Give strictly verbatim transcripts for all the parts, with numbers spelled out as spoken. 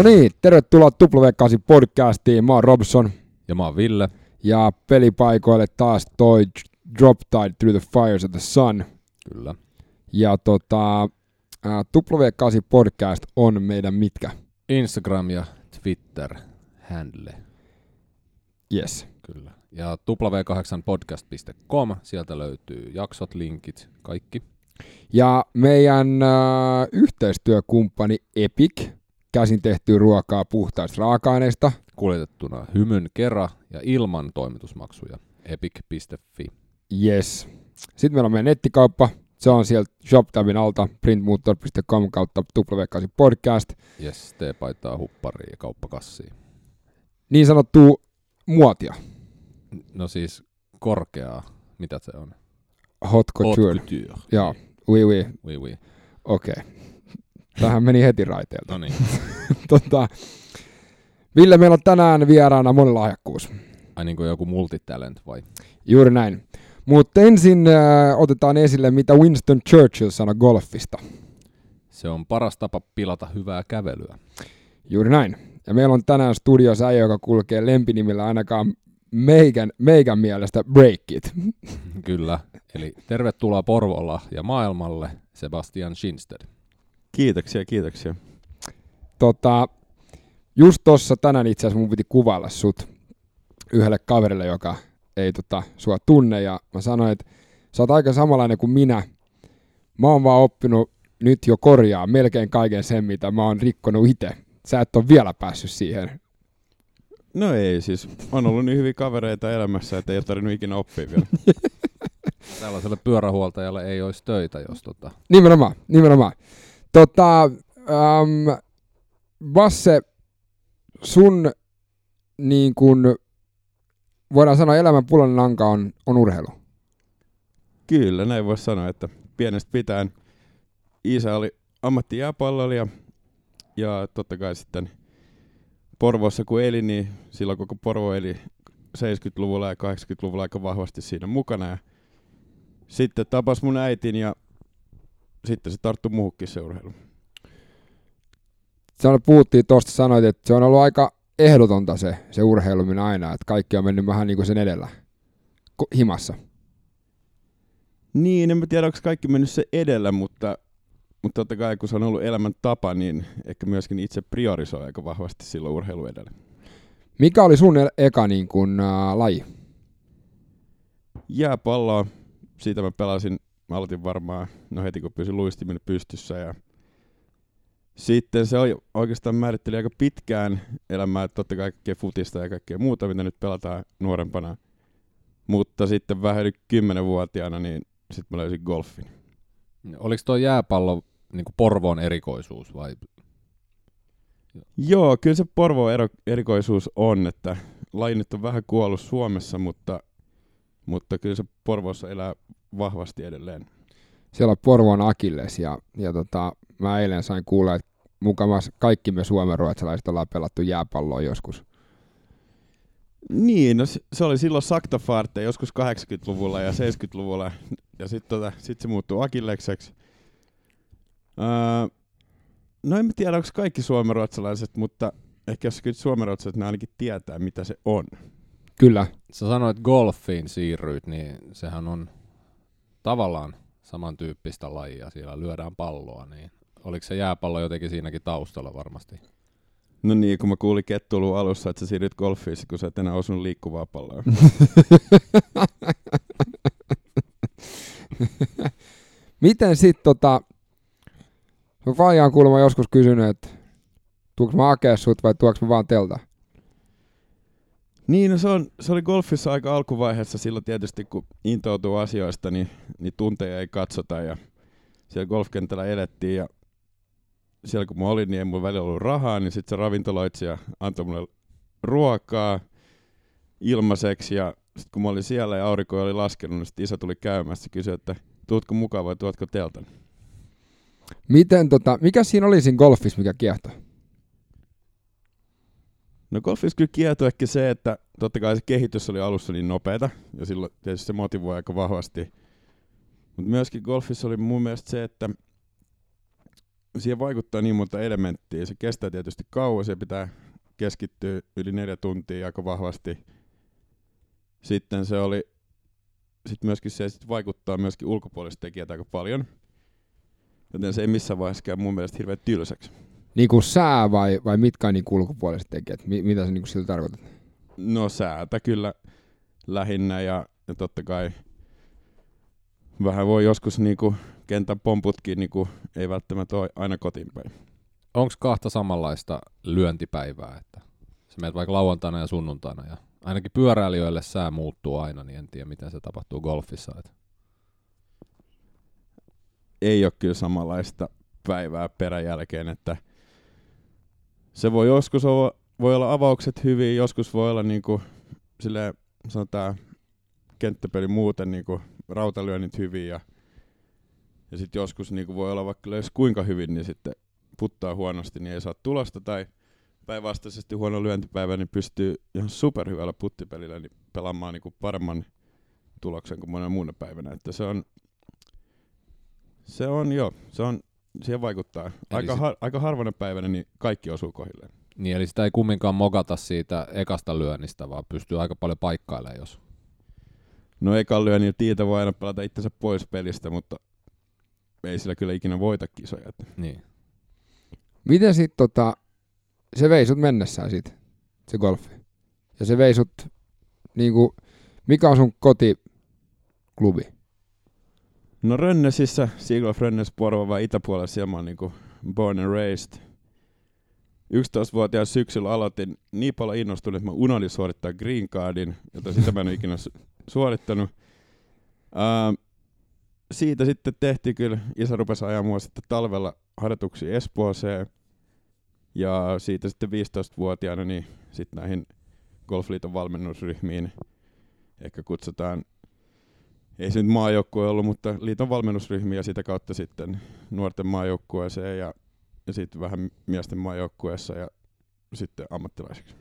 No niin, tervetuloa W kahdeksan podcastiin. Mä oon Robson. Ja mä oon Ville. Ja pelipaikoille taas toi Drop Tide Through the Fires of the Sun. Kyllä. Ja tota, ää, W kahdeksan podcast on meidän mitkä? Instagram ja Twitter handle. Yes. Kyllä. Ja W kahdeksan podcast piste com, sieltä löytyy jaksot, linkit, kaikki. Ja meidän ää, yhteistyökumppani Epic, käsin tehtyä ruokaa puhtaista raaka-aineista. Kuljetettuna hymyn kera ja ilman toimitusmaksuja. epic piste fi. Yes. Sitten meillä on meidän nettikauppa. Se on sieltä ShopTabin alta printmotor piste com kautta W kahdeksan podcast. Yes, teepaitaa, hupparia ja kauppakassia. Niin sanottua muotia. No siis korkeaa. Mitä se on? Hot couture. Hot couture. Joo, oui oui. Oui, oui. Okei. Okay. Tähän meni heti raiteelta. No niin. tota, Ville, meillä on tänään vieraana monilahjakkuus. Ai niin kuin joku multitalent vai? Juuri näin. Mutta ensin äh, otetaan esille, mitä Winston Churchill sanoi golfista. Se on paras tapa pilata hyvää kävelyä. Juuri näin. Ja meillä on tänään studiossa äijä, joka kulkee lempinimillä ainakaan meikän, meikän mielestä Break It. Kyllä. Eli tervetuloa Porvolla ja maailmalle, Sebastian Schinsted. Kiitoksia, kiitoksia. Tota, just tossa tänään itse asiassa mun piti kuvailla sut yhdelle kaverille, joka ei tota, sua tunne, ja mä sanoin, että sä oot aika samanlainen kuin minä. Mä oon vaan oppinut nyt jo korjaa melkein kaiken sen, mitä mä oon rikkonut itse. Sä et ole vielä päässyt siihen. No ei siis, on ollut niin hyviä kavereita elämässä, että ei ole tarvinnut ikinä oppia vielä. Tällaiselle pyörähuoltajalle ei olisi töitä, jos tota... Nimenomaan, nimenomaan. Tota, ähm, Basse, sun niin kun, voidaan sanoa, elämän pullon lanka on, on urheilu. Kyllä, näin voisi sanoa, että pienestä pitäen isä oli ammattijääpalloilija ja totta kai sitten Porvoossa kun eli, niin silloin koko Porvo eli seitsemänkymmentäluvulla ja kahdeksankymmentäluvulla aika vahvasti siinä mukana. Ja sitten tapas mun äitin ja sitten se tarttui muuhunkin se urheilu. Sä puhuttiin tuosta, sanoit, että se on ollut aika ehdotonta se, se urheiluminen aina, että kaikki on mennyt vähän niin kuin sen edellä, himassa. Niin, en mä tiedä, onko kaikki mennyt se edellä, mutta, mutta totta kai kun se on ollut elämän tapa, niin ehkä myöskin itse priorisoi aika vahvasti silloin urheilu edellä. Mikä oli sun eka niin kuin, äh, laji? Jääpalloa, siitä mä pelasin, mä aloitin varmaan, no heti kun pysyin luistimin pystyssä ja sitten se oli oikeastaan määritteli aika pitkään elämää, että totta kai kaikkea futista ja kaikkea muuta, mitä nyt pelataan nuorempana. Mutta sitten vähän yli kymmenvuotiaana, niin sitten mä löysin golfin. Oliko tuo jääpallo niin kuin Porvoon erikoisuus vai? Joo, kyllä se Porvoon ero- erikoisuus on, että laji nyt on vähän kuollut Suomessa, mutta, mutta kyllä se Porvoossa elää vahvasti edelleen. Siellä on Porvoon Akilles ja, ja tota, mä eilen sain kuulla, että mukamas kaikki me suomenruotsalaiset ollaan pelattu jääpalloa joskus. Niin, no se oli silloin Saktafaarte joskus kahdeksankymmentäluvulla ja seitsemänkymmentäluvulla ja sitten tota, sit se muuttui Akillekseksi. Öö, no en tiedä, onko kaikki suomenruotsalaiset, mutta ehkä jos kyllä suomenruotsalaiset, ne ainakin tietää, mitä se on. Kyllä. Sä sanoit golfiin siirryit, niin sehän on tavallaan samantyyppistä lajia, siellä lyödään palloa, niin oliko se jääpallo jotenkin siinäkin taustalla varmasti? No niin, kun mä kuulin Kettuilun alussa, että sä siirryt golfiin, kun sä et enää osunut liikkuvaa palloa. Miten sit tota, Faija on kuulemma joskus kysynyt, että tuuks mä hakea sut vai tuoks mä vaan telta? Niin, no se, on, se oli golfissa aika alkuvaiheessa silloin tietysti, kun intoutuu asioista, niin, niin tunteja ei katsota ja siellä golfkentällä elettiin ja siellä kun mä olin, niin ei mulla välillä ollut rahaa, niin sitten se ravintoloitsija antoi mulle ruokaa ilmaiseksi ja sitten kun mä olin siellä ja aurinko oli laskenut, niin sitten isä tuli käymässä ja kysyi, että tuutko mukaan vai tuotko teltan? Miten tota, mikä siinä oli siinä golfissa, mikä kiehtoi? No golfissa kyllä kiehtoi ehkä se, että totta kai se kehitys oli alussa niin nopeata ja silloin tietysti se motivoi aika vahvasti. Mutta myöskin golfissa oli mun mielestä se, että siihen vaikuttaa niin monta elementtiä. Se kestää tietysti kauan, se pitää keskittyä yli neljä tuntia aika vahvasti. Sitten se oli, sitten myöskin se sit vaikuttaa myöskin ulkopuoliset tekijät aika paljon. Joten se ei missään vaiheessa käy mun mielestä hirveän tylsäksi. Niin kuin sää vai, vai mitkä on niin ulkopuoliset tekijät? M- mitä sä niin sillä tarkoitat? No säätä kyllä lähinnä ja, ja totta kai vähän voi joskus niinku kentän pomputkin niinku, ei välttämättä ole aina kotiin päin. Onko kahta samanlaista lyöntipäivää, että sä menet vaikka lauantaina ja sunnuntaina ja ainakin pyöräilijöille sää muuttuu aina, niin en tiedä miten se tapahtuu golfissa. Että ei ole kyllä samanlaista päivää peräjälkeen, että se voi joskus olla, voi olla avaukset hyviä, joskus voi olla niinku silleen, sanotaan kenttäpeli muuten niinku rautalyönnit hyviä ja, ja sitten joskus niinku voi olla vaikka jos kuinka hyvin, niin sitten puttaa huonosti, niin ei saa tulosta tai päinvastaisesti huono lyöntipäivä, niin pystyy ihan superhyvällä puttipelillä niin pelaamaan niinku paremman tuloksen kuin monena muuna päivänä, että se on Se on joo, se on, siihen vaikuttaa. Aika, sit... har, aika harvana päivänä niin kaikki osuu kohdilleen. Niin, eli sitä ei kumminkaan mogata siitä ekasta lyönnistä, vaan pystyy aika paljon paikkailemaan, jos... No ekan lyönnillä Tiita voi aina pelata itsensä pois pelistä, mutta ei sillä kyllä ikinä voita kisoja. Että. Niin. Miten sit tota, se vei sut mennessään sit, se golfi? Ja se vei sut, niinku, mikä on sun kotiklubi? No Rönnesissä, Seagolf Rönnes Porvova itäpuolella, siellä mä oon niinku born and raised. yksitoistavuotiaan syksyllä aloitin niin paljon innostunut, että mä unohdin suorittaa green cardin, jota sitä mä en ole ikinä su- suorittanut. Uh, siitä sitten tehtiin kyllä, isä rupesi ajaa mua sitten talvella harjoituksia Espooseen. Ja siitä sitten viisitoistavuotiaana niin sitten näihin Golfliiton valmennusryhmiin, ehkä kutsutaan, ei se nyt maajoukkue ollut, mutta liiton valmennusryhmiä ja sitä kautta sitten nuorten maajoukkueeseen ja, ja sitten vähän miesten maajoukkueessa ja sitten ammattilaiseksi.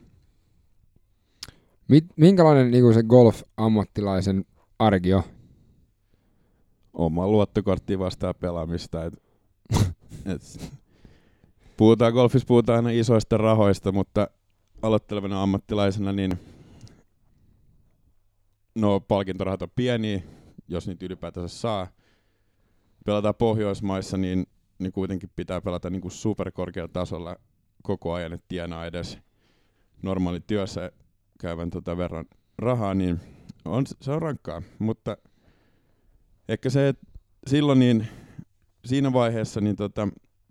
Mit, minkälainen niin se golf-ammattilaisen arki on? Oma luottokorttiin vastaan pelaamista. Et, et, puhutaan golfissa, puhutaan aina isoista rahoista, mutta aloittelevana ammattilaisena niin no palkintorahat on pieniä, jos niitä ylipäätänsä saa. Pelataan Pohjoismaissa, niin, niin kuitenkin pitää pelata niin kuin superkorkealla tasolla koko ajan, että tienaa edes normaali työssä käyvän tota verran rahaa, niin on, se on rankkaa. Mutta ehkä se, että silloin niin, siinä vaiheessa niin tota,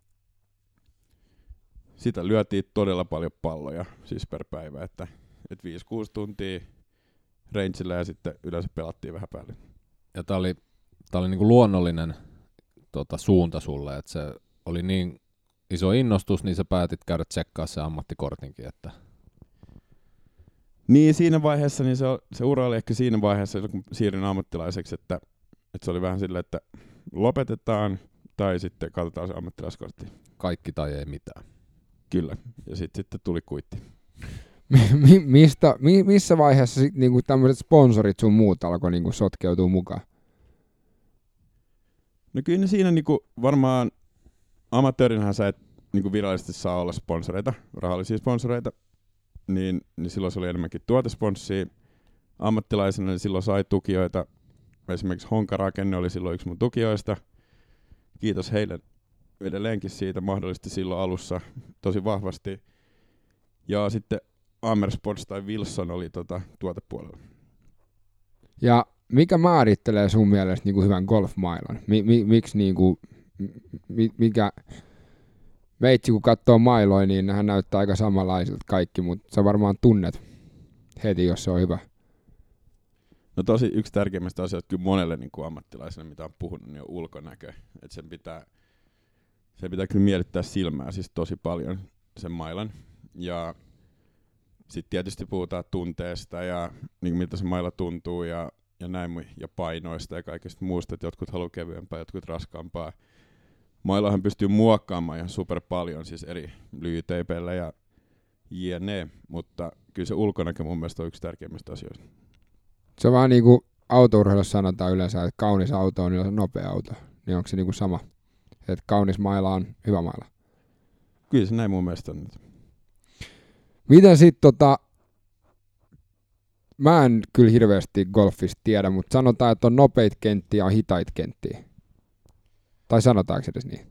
sitä lyötiin todella paljon palloja siis per päivä, että, että viisi kuusi tuntia rangella ja sitten yleensä pelattiin vähän päälle. Ja tää oli, tää oli niinku luonnollinen tota, suunta sulle, että se oli niin iso innostus, niin sä päätit käydä tsekkaa se ammattikortinkin. Että... Niin siinä vaiheessa, niin se, se ura oli ehkä siinä vaiheessa, kun siirryin ammattilaiseksi, että, että se oli vähän silleen, että lopetetaan tai sitten katsotaan se ammattilaiskortti. Kaikki tai ei mitään. Kyllä, ja sitten sit tuli kuitti. Mi- mistä, mi- missä vaiheessa sit niinku tämmöiset sponsorit sun muut alkoi niinku sotkeutua mukaan? No kyllä siinä niinku varmaan amatöörinhän sä et niinku virallisesti saa olla sponsoreita, rahallisia sponsoreita, niin, niin silloin se oli enemmänkin tuotesponssia. Ammattilaisena niin silloin sai tukijoita, esimerkiksi Honka Rakenne oli silloin yksi mun tukijoista. Kiitos heille edelleenkin siitä, mahdollisesti silloin alussa tosi vahvasti. Ja sitten Amersports tai Wilson oli tota, tuotepuolella. Ja mikä määrittelee sun mielestä niinku hyvän golfmailan? Mi- mi- miksi niinku, mi- mikä... Veitsi kun katsoo mailoja, niin nehän näyttää aika samanlaisilta kaikki, mutta sä varmaan tunnet heti, jos se on hyvä. No tosi yksi tärkeimmistä asioista kyllä monelle niin kuin ammattilaiselle, mitä on puhunut, niin on ulkonäkö. Et sen pitää, sen pitää kyllä miellyttää silmää siis tosi paljon sen mailan. Ja sitten tietysti puhutaan tunteesta ja niin miltä se maila tuntuu ja, ja näin ja painoista ja kaikesta muusta, että jotkut haluaa kevyempää, jotkut raskaampaa. Mailahan pystyy muokkaamaan ihan super paljon, siis eri lyijyteipeillä ja jne, mutta kyllä se ulkonäkö mun mielestä on yksi tärkeimmistä asioista. Se on vähän niin kuin autourheilussa sanotaan yleensä, että kaunis auto on yleensä nopea auto. Niin onko se niin kuin sama? että kaunis maila on hyvä maila. Kyllä se näin mun mielestä on nyt. Miten sitten tota, mä en kyllä hirveästi golfista tiedä, mutta sanotaan, että on nopeita kenttiä ja hitaita kenttiä. Tai sanotaanko edes niin?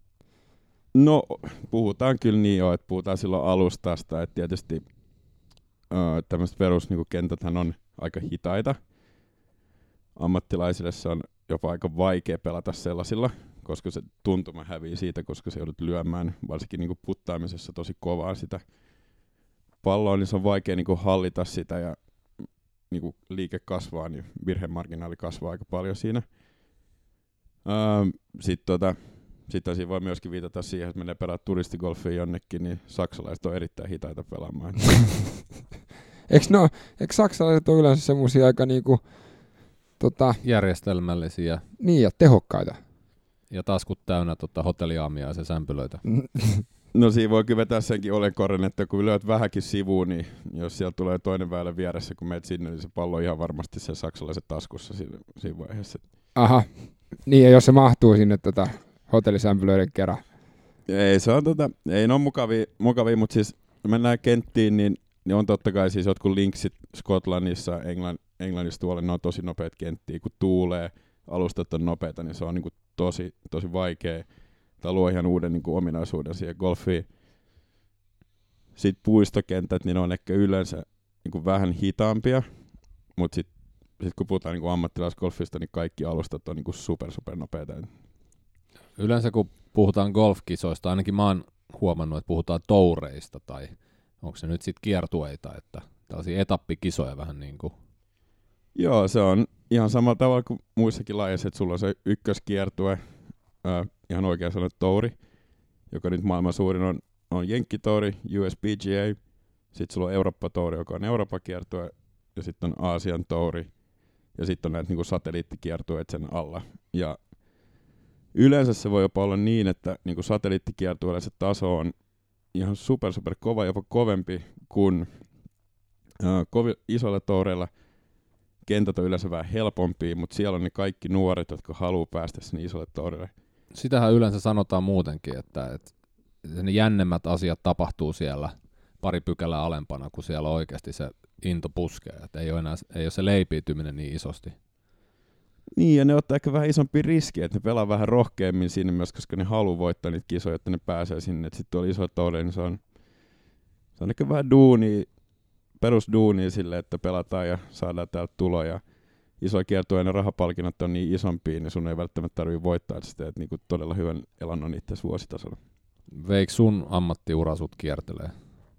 No, puhutaan kyllä niin jo, että puhutaan silloin alustasta, että tietysti uh, tämmöiset peruskentäthän on aika hitaita. Ammattilaisille se on jopa aika vaikea pelata sellaisilla, koska se tuntuma hävii siitä, koska se joudut lyömään, varsinkin niin kuin puttaamisessa tosi kovaa sitä palloa, niin se on vaikea niin kuin hallita sitä ja niin kuin liike kasvaa, niin virhemarginaali kasvaa aika paljon siinä. Uh, Sitten tota, Sitten siinä voi myöskin viitata siihen, että menee pelaa turistigolfia jonnekin, niin saksalaiset on erittäin hitaita pelaamaan. Eikö, no, eikö saksalaiset ole yleensä semmoisia aika niinku, tota, järjestelmällisiä. Niin, ja tehokkaita. Ja taskut täynnä tota, hotelliaamia ja sämpylöitä. No siinä voi kyllä vetää senkin olenkorren, että kun lyöt vähänkin sivuun, niin jos siellä tulee toinen väylä vieressä, kun menet sinne, niin se pallo on ihan varmasti sen saksalaisen taskussa siinä, siinä vaiheessa. Aha, niin ja jos se mahtuu sinne tota hotellisämpylöiden kerran. Ei, se on tota, ei ne ole mukavia, mukavia mutta siis mennään kenttiin, niin, niin on totta kai siis jotkut linksit Skotlannissa, Englann, Englannissa tuolla, ne on tosi nopeat kenttiä, kun tuulee, alustat on nopeita, niin se on niinku tosi, tosi vaikea. Tämä luo ihan uuden niinku ominaisuuden siihen golfiin. Sitten puistokentät, niin ne on ehkä yleensä niinku vähän hitaampia, mutta sitten sit kun puhutaan niinku ammattilaisgolfista, niin kaikki alustat on niinku super, super nopeita. Yleensä kun puhutaan golfkisoista, ainakin mä oon huomannut, että puhutaan toureista tai onko se nyt sitten kiertueita, että tällaisia etappikisoja vähän niin kuin. Joo, se on ihan samalla tavalla kuin muissakin lajeissa, että sulla on se ykköskiertue, äh, ihan oikein sanoa touri, joka nyt maailman suurin on, on Jenkkitouri, U S P G A, sitten sulla on Eurooppa-touri, joka on Eurooppa-kiertue, ja sitten on Aasian touri, ja sitten on näitä niinku satelliittikiertueet sen alla. Ja yleensä se voi jopa olla niin, että niinku satelliittikiertueella se taso on ihan super super kova, jopa kovempi kuin äh, kovi- isoilla toureilla. Kentät on yleensä vähän helpompia, mutta siellä on ne kaikki nuoret, jotka haluaa päästä sinne isolle tourille. Sitähän yleensä sanotaan muutenkin, että, että ne jännemmät asiat tapahtuu siellä pari pykälää alempana, kun siellä oikeasti se into puskee. Että ei ole enää ei ole se leipiytyminen niin isosti. Niin, ja ne ottaa ehkä vähän isompi riski, että ne pelaa vähän rohkeammin sinne myös, koska ne haluaa voittaa niitä kisoja, että ne pääsee sinne. Sitten tuolla iso touri, niin se on, se on ehkä vähän duunia, perusduunia sille, että pelataan ja saadaan täältä tuloja. Isoja kiertoja ja rahapalkinnot on niin isompia, niin sun ei välttämättä tarvitse voittaa, että sä teet niinku todella hyvän elannon itse vuositasolla. Veikö sun ammattiura sut kiertelee?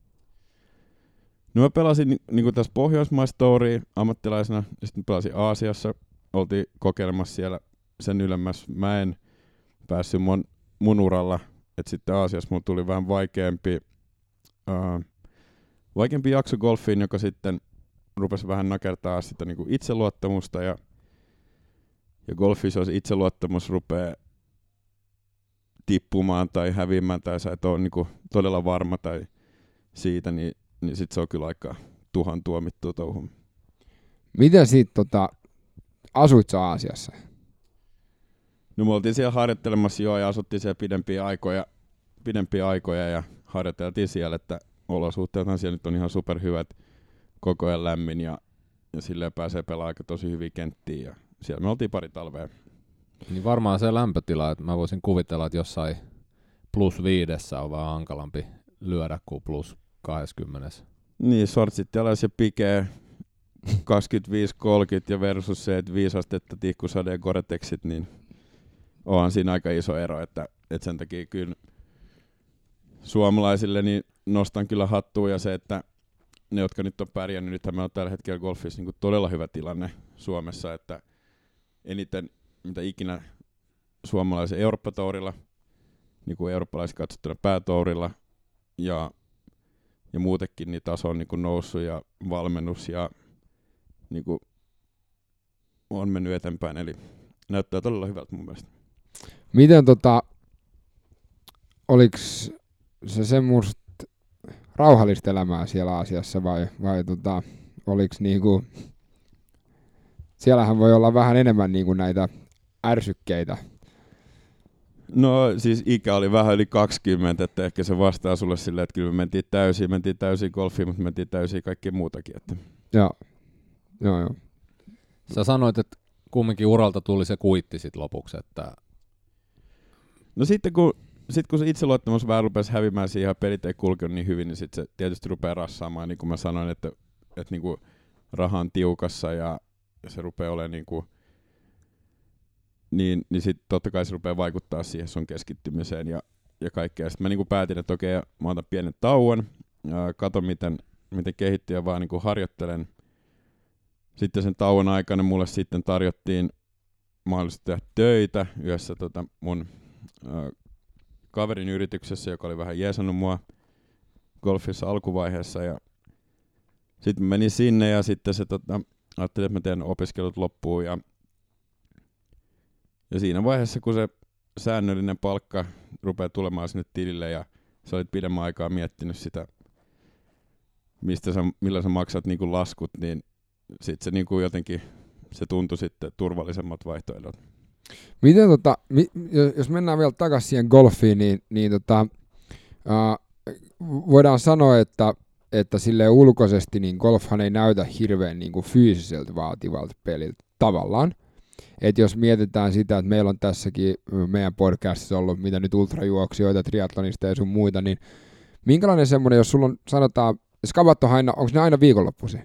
No mä pelasin ni- niinku tässä Pohjoismaistouria ammattilaisena, ja sitten pelasin Aasiassa. Oltiin kokeilemassa siellä sen ylemmässä. Mä en päässyt mun, mun uralla, että sitten Aasiassa mulla tuli vähän vaikeampi, uh, vaikeampi jakso golfiin, joka sitten rupesi vähän nakertaa sitä niinku itseluottamusta, ja, ja golfissa jos itseluottamus rupeaa tippumaan tai häviämään tai sä et ole niinku todella varma tai siitä, niin, niin sitten se on kyllä aika tuhan tuomittua touhun. Miten siitä tota, asuit sä Aasiassa? No me oltiin siellä harjoittelemassa jo ja asuttiin siellä pidempiä aikoja, pidempiä aikoja ja harjoiteltiin siellä, että olosuhteethan siellä nyt on ihan superhyvät, koko ajan lämmin ja, ja silleen pääsee pelaamaan aika tosi hyviä kenttiä ja siellä me oltiin pari talvea. Niin varmaan se lämpötila, että mä voisin kuvitella, että jossain plus viidessä on vähän hankalampi lyödä kuin plus kaksikymmentä. Niin, shortsit jalas ja pikeä kaksikymmentäviisi kolmekymmentä ja versus se, että viisi astetta tihkusade ja Gore-Texit, niin onhan siinä aika iso ero, että, että sen takia kyllä suomalaisille niin nostan kyllä hattua ja se, että ne, jotka nyt on pärjännyt, nythän meillä on tällä hetkellä golfissa niin todella hyvä tilanne Suomessa, että eniten mitä ikinä suomalaisen Eurooppa-tourilla, niin kuin eurooppalaisen katsottuna päätourilla ja, ja muutenkin niin taso on niin kuin noussut ja valmennus ja niin kuin on mennyt eteenpäin, eli näyttää todella hyvältä mun mielestä. Miten tota, oliks se semmoista rauhallista elämää siellä Aasiassa vai, vai tota, oliks niinku, siellähän voi olla vähän enemmän niinku näitä ärsykkeitä. No siis ikä oli vähän yli kaksikymmentä, että ehkä se vastaa sulle silleen, että kyllä me mentiin täysin, mentiin täysin golfiin, mutta mentiin täysin kaikkea muutakin. Että. Joo, joo, joo. Sä sanoit, että kumminkin uralta tuli se kuitti sit lopuksi, että... No sitten kun, sit kun se itseluottamus vähän rupesi hävimään siihen ja pelit ei kulkenut niin hyvin, niin sitten se tietysti rupeaa rassaamaan, niin kuin mä sanoin, että, että niin kuin raha on tiukassa ja, ja se rupeaa olemaan niin kuin, niin, niin sitten totta kai se rupeaa vaikuttaa siihen sun keskittymiseen ja, ja kaikkea. Sitten mä niin kuin päätin, että okei, mä otan pienen tauon, ja katon miten, miten kehittyy ja vaan niin kuin harjoittelen. Sitten sen tauon aikana mulle sitten tarjottiin mahdollisuus tehdä töitä yhdessä tota mun äh, kaverin yrityksessä, joka oli vähän jeesannut mua golfissa alkuvaiheessa. Ja sitten menin sinne ja sitten se tota, ajattelin, että mä teen opiskelut loppuun. Ja, ja siinä vaiheessa, kun se säännöllinen palkka rupeaa tulemaan sinne tilille ja sä olit pidemmän aikaa miettinyt sitä, mistä sä, millä sä maksat niin kuin laskut, niin sitten se niin kuin jotenkin se tuntui sitten turvallisemmat vaihtoehdot. Miten tota, mi, jos mennään vielä takaisin siihen golfiin, niin, niin tota, ää, voidaan sanoa, että, että silleen ulkoisesti niin golfhan ei näytä hirveän niin kuin fyysiseltä vaativalta peliltä tavallaan. Et jos mietitään sitä, että meillä on tässäkin meidän podcastissa ollut mitä nyt ultrajuoksijoita, triathlonista ja sun muita, niin minkälainen semmoinen, jos sulla on, sanotaan, skabat on aina, onko ne aina viikonloppuisin?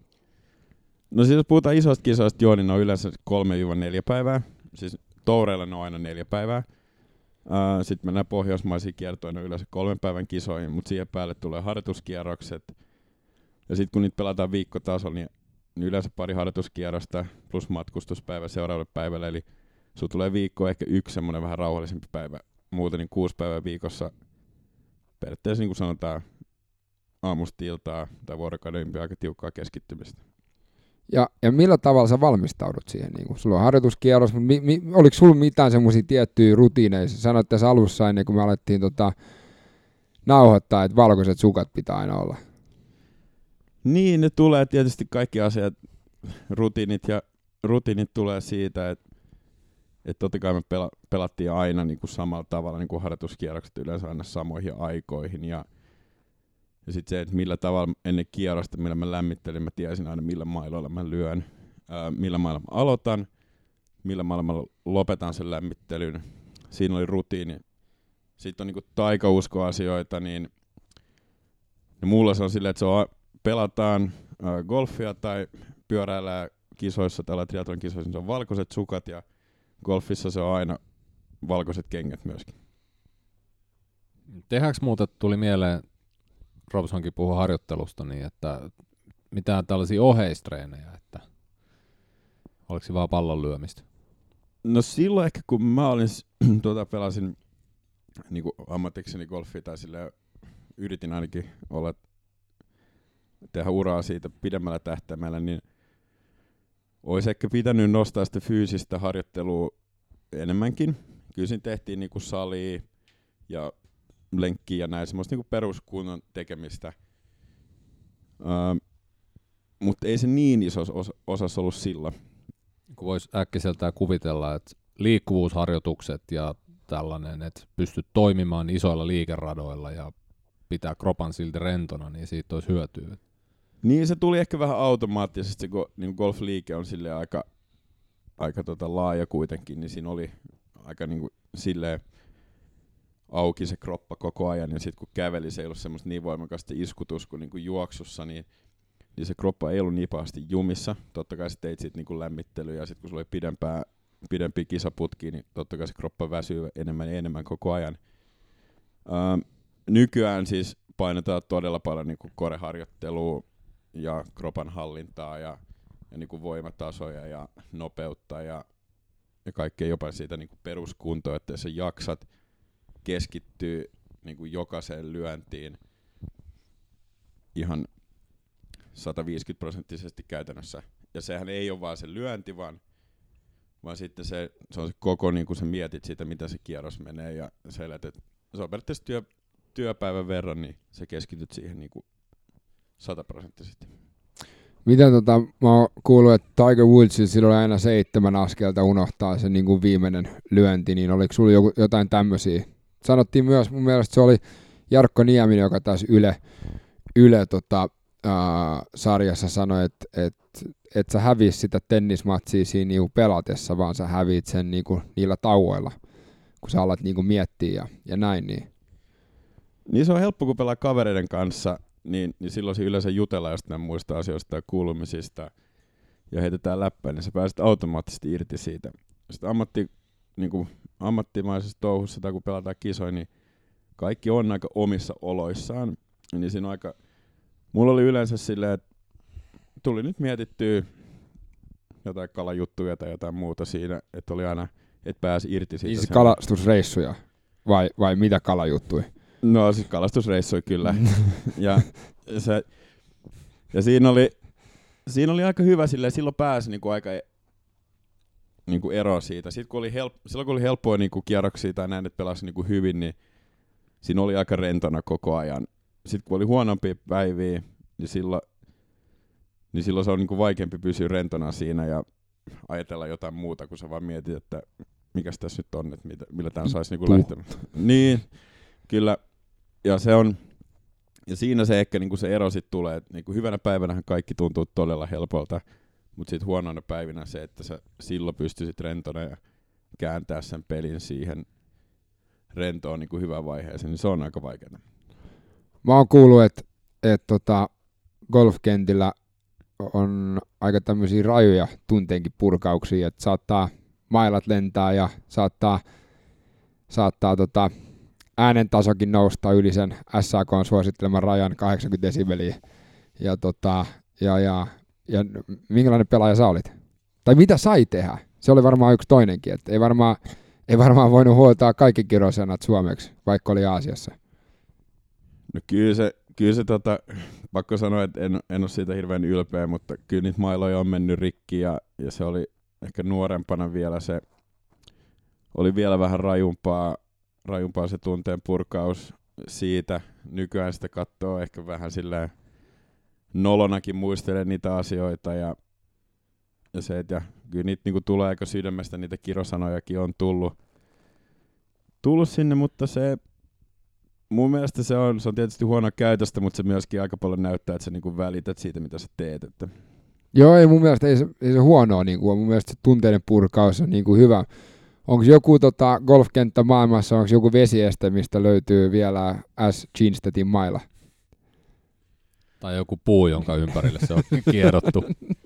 No siis jos puhutaan isoista kisoista, joo, niin ne on yleensä kolme neljä päivää. Siis toureilla ne on aina neljä päivää. Uh, Sitten mennään pohjoismaisiin kiertoihin, ne on yleensä kolmen päivän kisoihin, mutta siihen päälle tulee harjoituskierrokset. Ja sitten kun niitä pelataan viikkotasolla, niin, niin yleensä pari harjoituskierrosta plus matkustuspäivä seuraavalle päivälle. Eli sulla tulee viikko ehkä yksi semmoinen vähän rauhallisempi päivä. Muuten niin kuusi päivää viikossa periaatteessa niin kuin sanotaan aamusta iltaa tai vuorokauden ympäri aika tiukkaa keskittymistä. Ja, ja millä tavalla sä valmistaudut siihen? Niin kun sulla on harjoituskierros, mutta mi, mi, oliko sulla mitään semmoisia tiettyjä rutiineja? Sanoit tässä alussa ennen kuin me alettiin tota, nauhoittaa, että valkoiset sukat pitää aina olla. Niin, ne tulee tietysti kaikki asiat, rutiinit ja rutiinit tulee siitä, että, että totta kai me pela, pelattiin aina niin kuin samalla tavalla, niin kuin harjoituskierrokset yleensä aina samoihin aikoihin. Ja, ja sitten se, että millä tavalla ennen kierrosta, millä mä lämmittelin, mä tiesin aina millä mailoilla mä lyön, ää, millä mailla mä aloitan, millä mailla mä lopetan sen lämmittelyn. Siinä oli rutiini. Sitten on niin kuin taikauskoasioita, niin ja mulla se on silleen, että se on, pelataan äh, golfia tai pyöräillään kisoissa tai triathlon kisoissa, niin se on valkoiset sukat ja golfissa se on aina valkoiset kengät myöskin. Tehdäänkö muuta, tuli mieleen, Robsonkin puhui harjoittelusta, niin että mitään tällaisia oheistreenejä, että oliko se vaan pallon lyömistä? No silloin ehkä kun mä olin, tuota, pelasin niin kuin ammatikseni golfia tai silleen, yritin ainakin olla, tehdä uraa siitä pidemmällä tähtäimellä, niin olisi ehkä pitänyt nostaa sitä fyysistä harjoittelua enemmänkin. Kyllä siinä tehtiin niinku salia ja lenkkiä ja näin, semmoista niinku peruskunnon tekemistä. Ähm, mutta ei se niin iso os- osassa ollut sillä. Kun voisi äkkiseltään kuvitella, että liikkuvuusharjoitukset ja tällainen, että pystyt toimimaan isoilla liikeradoilla ja pitää kropan silti rentona, niin siitä olisi hyötyä. Niin se tuli ehkä vähän automaattisesti, kun niin golf-liike on silleen aika, aika tota laaja kuitenkin, niin siinä oli aika niin kuin silleen auki se kroppa koko ajan, ja sitten kun käveli, se ei ollut semmoista niin voimakasta iskutus kuin, niin kuin juoksussa, niin, niin se kroppa ei ollut niin pahasti jumissa. Totta kai sä teit siitä niin kuin lämmittelyä, ja sitten kun sulla oli pidempää, pidempiä kisaputkia, niin totta kai se kroppa väsyy enemmän ja enemmän koko ajan. Ähm, nykyään siis painetaan todella paljon niin kuin koreharjoittelua ja kropan hallintaa ja, ja niin kuin voimatasoja ja nopeutta ja, ja kaikkea jopa siitä niin kuin peruskuntoa, että sä jaksat keskittyä niin kuin jokaiseen lyöntiin ihan sataviisikymmentä prosenttisesti käytännössä. Ja sehän ei ole vaan se lyönti, vaan, vaan sitten se, se on se koko, niin kuin sä mietit siitä, mitä se kierros menee ja sä elät, että se on periaatteessa työ, työpäivän verran, niin sä keskityt siihen niin kuin sataprosenttisesti. Miten tota, mä oon kuullut, että Tiger Woodsilla silloin aina seitsemän askelta unohtaa se niin kuin viimeinen lyönti, niin oliko sulla joku, jotain tämmöisiä? Sanottiin myös, mun mielestä se oli Jarkko Nieminen, joka taas Yle, Yle tota, ää, sarjassa sanoi, että et, et sä häviis sitä tennismatsia siinä niinku pelatessa, vaan sä häviit sen niinku niillä tauoilla, kun sä alat niinku miettiä ja, ja näin. Niin. Niin se on helppo, kun pelaa kavereiden kanssa, niin, niin silloin se yleensä jutella jostain muista asioista ja kuulumisista ja heitetään läppää, niin sä pääset automaattisesti irti siitä. Sitten ammatti, niin kuin ammattimaisessa touhussa tai kun pelataan kisoja, niin kaikki on aika omissa oloissaan. Niin siinä on aika, mulla oli yleensä silleen, että tuli nyt mietittyä jotain kalajuttuja tai jotain muuta siinä, että oli aina, että pääsi irti siitä. Niin kalastusreissuja vai, vai mitä kalajuttuja? No siis kalastusreissuja kyllä. ja, se, ja siinä, oli, siinä oli aika hyvä silleen, silloin pääsi niinku aika niinku eroa siitä. Sitten kun oli help, silloin kun oli helppoa niinku kierroksia tai näin, että pelasi niinku hyvin, niin siinä oli aika rentona koko ajan. Sitten kun oli huonompia päiviä, niin silloin, niin silloin se on niinku vaikeampi pysyä rentona siinä ja ajatella jotain muuta, kun sä vaan mietit, että mikäs tässä nyt on, että mitä, millä tämän saisi niinku lähteä. Niin, kyllä. Ja se on, ja siinä se ehkä niinku se ero sitten tulee, että niinku hyvänä päivänähän kaikki tuntuu todella helpolta, mutta sitten huonoina päivinä se, että sä silloin pystyisit rentona ja kääntää sen pelin siihen rentoon niinku hyvään vaiheeseen, niin se on aika vaikeaa. Mä oon kuullut, että et tota, golfkentillä on aika tämmöisiä rajoja tunteenkin purkauksia, että saattaa mailat lentää ja saattaa, saattaa tota, äänen tasokin nousta yli sen S A K:n suositteleman rajan kahdeksankymmentä desibeliä. Ja, tota, ja, ja, ja minkälainen pelaaja sä olit? Tai mitä sai tehdä? Se oli varmaan yksi toinenkin, että ei varmaan, ei varmaan voinut huoltaa kaikki kirosanat suomeksi, vaikka oli Aasiassa. No kyllä se, kyllä se tota, pakko sanoa, että en, en ole siitä hirveän ylpeä, mutta kyllä niitä mailoja on mennyt rikki ja, ja se oli ehkä nuorempana vielä se, oli vielä vähän rajumpaa, rajumpaa se tunteen purkaus siitä. Nykyään sitä katsoo ehkä vähän silleen nolonakin muistelen niitä asioita ja, ja se, että ja, kyllä niitä niinku tulee aika sydämestä, niitä kirosanojakin on tullut, tullut sinne, mutta se mun mielestä se on, se on tietysti huono käytöstä, mutta se myöskin aika paljon näyttää, että sä niinku välität siitä, mitä sä teet. Että. Joo, ei mun mielestä ei se, ei se huonoa, niinku, mun mielestä se tunteiden purkaus on niinku hyvä. Onko joku tota, golfkenttä maailmassa, onko joku vesieste, mistä löytyy vielä S. Chinstedtin mailla? Tai joku puu, jonka ympärille se on kierrottu.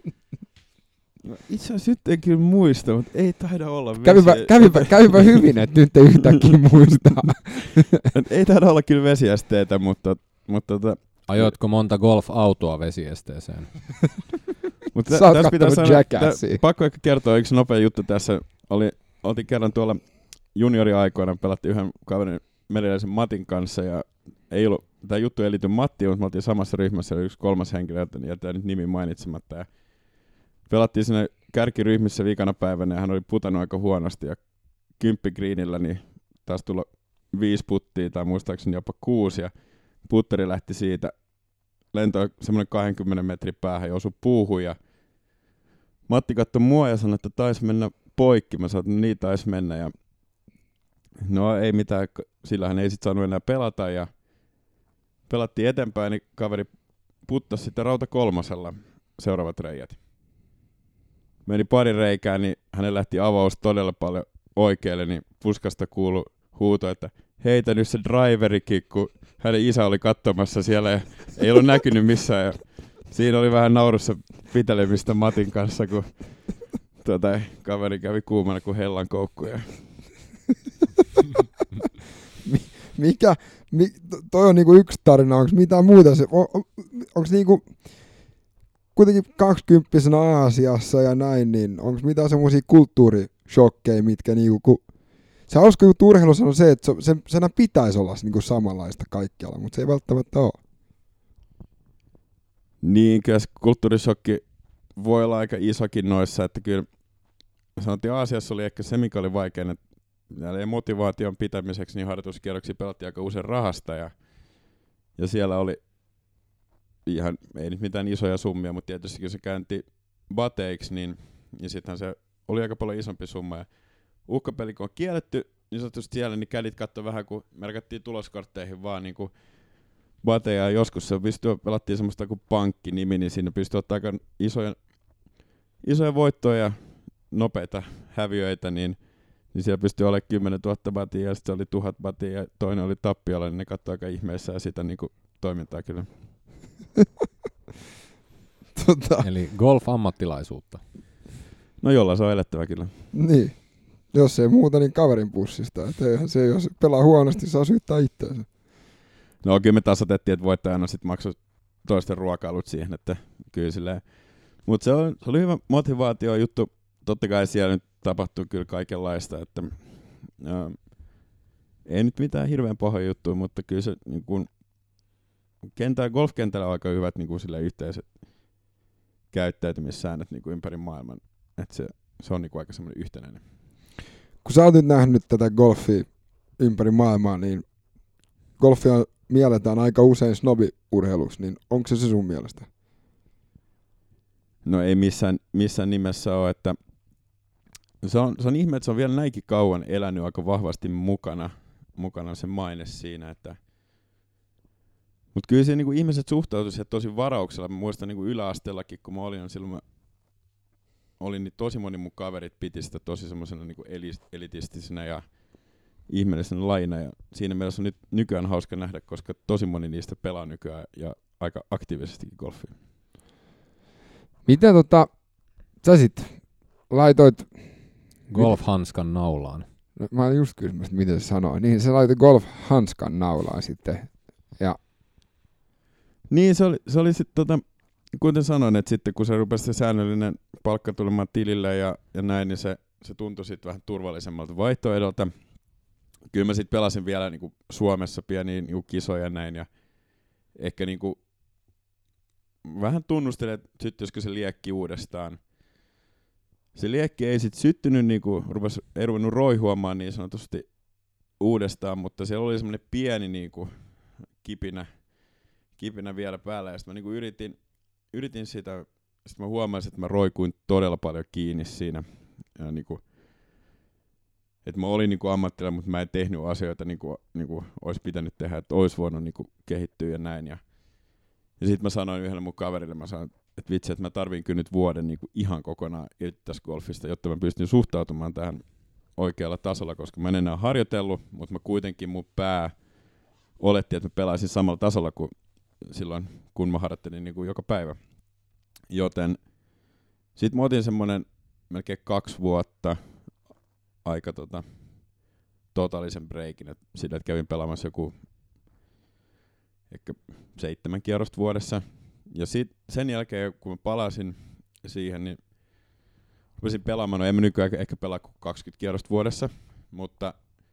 No, itse asiassa nyt en kyllä muista, mutta ei taida olla vesi. Kävipä, kävipä, kävipä hyvin, että nyt ei yhtäkkiä muistaa. Ei taida olla kyllä vesiesteitä, mutta... mutta tota, ajoitko monta golf-autoa vesiesteeseen? mutta sä oot kattonut Jackassia. Pakko ehkä kertoa yksi nopea juttu tässä. Oli, oltiin kerran tuolla junioriaikoina, pelattiin yhden kaverin Meriläisen Matin kanssa ja ei ollut, tämä juttu ei liity Mattiin, mutta me oltiin samassa ryhmässä, oli yksi kolmas henkilö, joten jätää nyt nimi mainitsematta. Ja pelattiin sinne kärkiryhmissä viikana päivänä ja hän oli putanut aika huonosti ja kymppigreenillä niin taas tulla viisi puttia tai muistaakseni jopa kuusi ja putteri lähti siitä, lentoi semmoinen kaksikymmentä metrin päähän ja osui puuhun ja Matti katsoi mua ja sanoi, että taisi mennä poikki. Mä sanoin, että niin taisi mennä ja no ei mitään, sillähän ei sit saanut enää pelata ja pelattiin eteenpäin, niin kaveri puttasi sitten rauta kolmasella seuraavat reijät. Meni pari reikää, niin hänen lähti avaus todella paljon oikealle, niin puskasta kuului huuto, että heitä nyt se driverikin, kun hänen isä oli katsomassa siellä ja ei ollut näkynyt missään. Ja siinä oli vähän naurussa pitelemistä Matin kanssa, kun tuota, kaveri kävi kuumana kuin hellan koukkuja. Mikä, mi, toi on niinku yksi tarina, onko mitään muuta se, on, on, onko niinku kuitenkin kaksikymppisenä Aasiassa ja näin, niin onko mitään semmoisia kulttuurishokkeja, mitkä niinku, kun se hauska juttu urheilussa on se, että se, se, senä pitäisi olla niinku samanlaista kaikkialla, mutta se ei välttämättä ole. Niin, kyllä se kulttuurishokki voi olla aika isokin noissa, että kyllä sanottiin Aasiassa oli ehkä se, mikä oli vaikein, että motivaation pitämiseksi niin harjoituskierroksia pelattiin aika usein rahasta ja, ja siellä oli, ihan, ei nyt mitään isoja summia, mutta tietysti kun se käänti bateiksi, niin, niin sittenhän se oli aika paljon isompi summa. Ja uhkapeli kun on kielletty, niin sanotusti siellä, niin kädit katsoi vähän, kun merkattiin tuloskortteihin vaan niin kuin bateja. Joskus se pystyi, pelattiin semmoista kuin pankkinimi, niin siinä pystyi ottaa aika isoja, isoja voittoja ja nopeita häviöitä, niin, niin siellä pystyi olemaan kymmenen tuhatta batia ja sitten se oli tuhat batia ja toinen oli tappiolla, niin ne katsoi aika ihmeissään sitä niin kuin toimintaa kyllä. tota. Eli golf-ammattilaisuutta. No jolla se on elettävä kyllä. Niin. Jos ei muuta, niin kaverin pussista. Et eihän se, jos pelaa huonosti, saa syyttää itseänsä. No kyllä me tasoitettiin, että voittajana sitten maksoi toisten ruokailut siihen, että kyllä silleen. Mutta se, se oli hyvä motivaatio juttu. Totta kai siellä nyt tapahtuu kyllä kaikenlaista, että ää, ei nyt mitään hirveän pahoja juttuja, mutta kyllä se niin kun, kentä, golfkentällä on aika hyvät niin kun, silleen, yhteiset käyttäytymissäännöt niin kun, ympäri maailman. Että se, se on niin kun, aika semmoinen yhtenäinen. Kun sä oot nyt nähnyt tätä golfia ympäri maailmaa, niin golfia mielletään aika usein snobi-urheiluksi, niin onko se se sun mielestä? No ei missään, missään nimessä ole, että se on, se on ihme, että se on vielä näinkin kauan elänyt aika vahvasti mukana, mukana se maine siinä, että mutta kyllä se, niin kuin ihmiset suhtautuivat siihen tosi varauksella. Mä muistan niin kuin yläasteellakin, kun mä olin, niin silloin mä olin, niin tosi moni mun kaverit piti sitä tosi semmoisena niin kuin elitistisenä ja ihmeellisenä lajina. Ja siinä mielessä on nyt nykyään hauska nähdä, koska tosi moni niistä pelaa nykyään ja aika aktiivisestikin golfia. Miten tota, sä sit laitoit golf-hanskan naulaan. No, mä olin just kysymässä, miten se sanoo. Niin se laitoi golf-hanskan naulaan sitten. Ja niin, se oli, se oli sitten, tota, kuten sanoin, että sitten kun se rupesi se säännöllinen palkka tulemaan tilille ja, ja näin, niin se, se tuntui sitten vähän turvallisemmalta vaihtoehdolta. Kyllä mä sitten pelasin vielä niinku Suomessa pieniä niinku kisoja ja näin, ja ehkä niinku vähän tunnustelin, että syttyisikö se liekki uudestaan. Se liekki ei sitten syttynyt, niinku, rupesi, ei ruvennut roihuamaan niin sanotusti uudestaan, mutta siellä oli semmoinen pieni niinku kipinä, kipinä vielä päällä, ja sitten mä niinku yritin, yritin sitä, sitten mä huomasin, että mä roikuin todella paljon kiinni siinä, ja niinku, että mä olin niinku ammattilainen, mutta mä en tehnyt asioita niinku, niinku olisi pitänyt tehdä, että olisi voinut niinku kehittyä ja näin, ja, ja sitten mä sanoin yhdelle mun kaverille, mä sanoin, että vitsi, että mä tarviin kyllä nyt vuoden niinku ihan kokonaan irti tästä golfista, jotta mä pystyn suhtautumaan tähän oikealla tasolla, koska mä en enää harjoitellut, mutta mä kuitenkin mun pää oletti, että mä pelaisin samalla tasolla kuin silloin, kun mä harjoittelin niin kuin joka päivä. Joten sit mä otin semmonen melkein kaksi vuotta aika tota, totaalisen breikin, että sillä, että kävin pelaamassa joku ehkä seitsemän kierrosta vuodessa. Ja sit sen jälkeen, kun mä palasin siihen, niin rupesin pelaamaan, no en mä nykyään ehkä pelaa kuin kaksikymmentä kierrosta vuodessa, mutta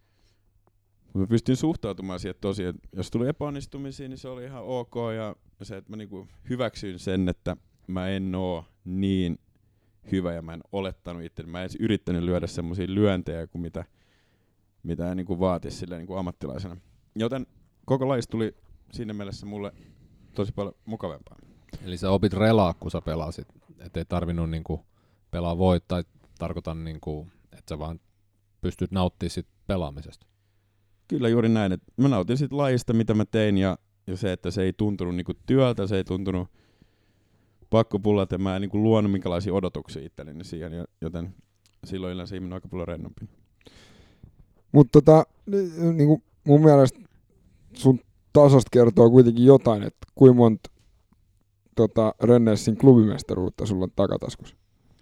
mä pystyin suhtautumaan siihen tosiaan, jos tuli epäonnistumisia, niin se oli ihan ok, ja se, että mä niinku hyväksyin sen, että mä en oo niin hyvä, ja mä en olettanut itse, mä en edes yrittänyt lyödä semmosia lyöntejä kuin mitä, mitä en niinku vaatisi silleen niinku ammattilaisena. Joten koko lajista tuli siinä mielessä mulle tosi paljon mukavampaa. Eli sä opit relaa, kun sä pelasit, ettei tarvinnut niinku pelaa voittaa, tarkoitan niinku, että sä vaan pystyt nauttimaan sit pelaamisesta. Kyllä juuri näin, että mä nautin sit lajista, mitä mä tein, ja, ja se, että se ei tuntunut niinku työltä, se ei tuntunut pakkopullat, ja mä en niinku luonut minkälaisia odotuksia itselleni siihen, joten silloin yleensä ihminen on aika paljon rennompi. Mutta tota, niinku mun mielestä sun tasosta kertoo kuitenkin jotain, että kuinka monta tota, Rennessin klubimestaruutta sulla on takataskussa?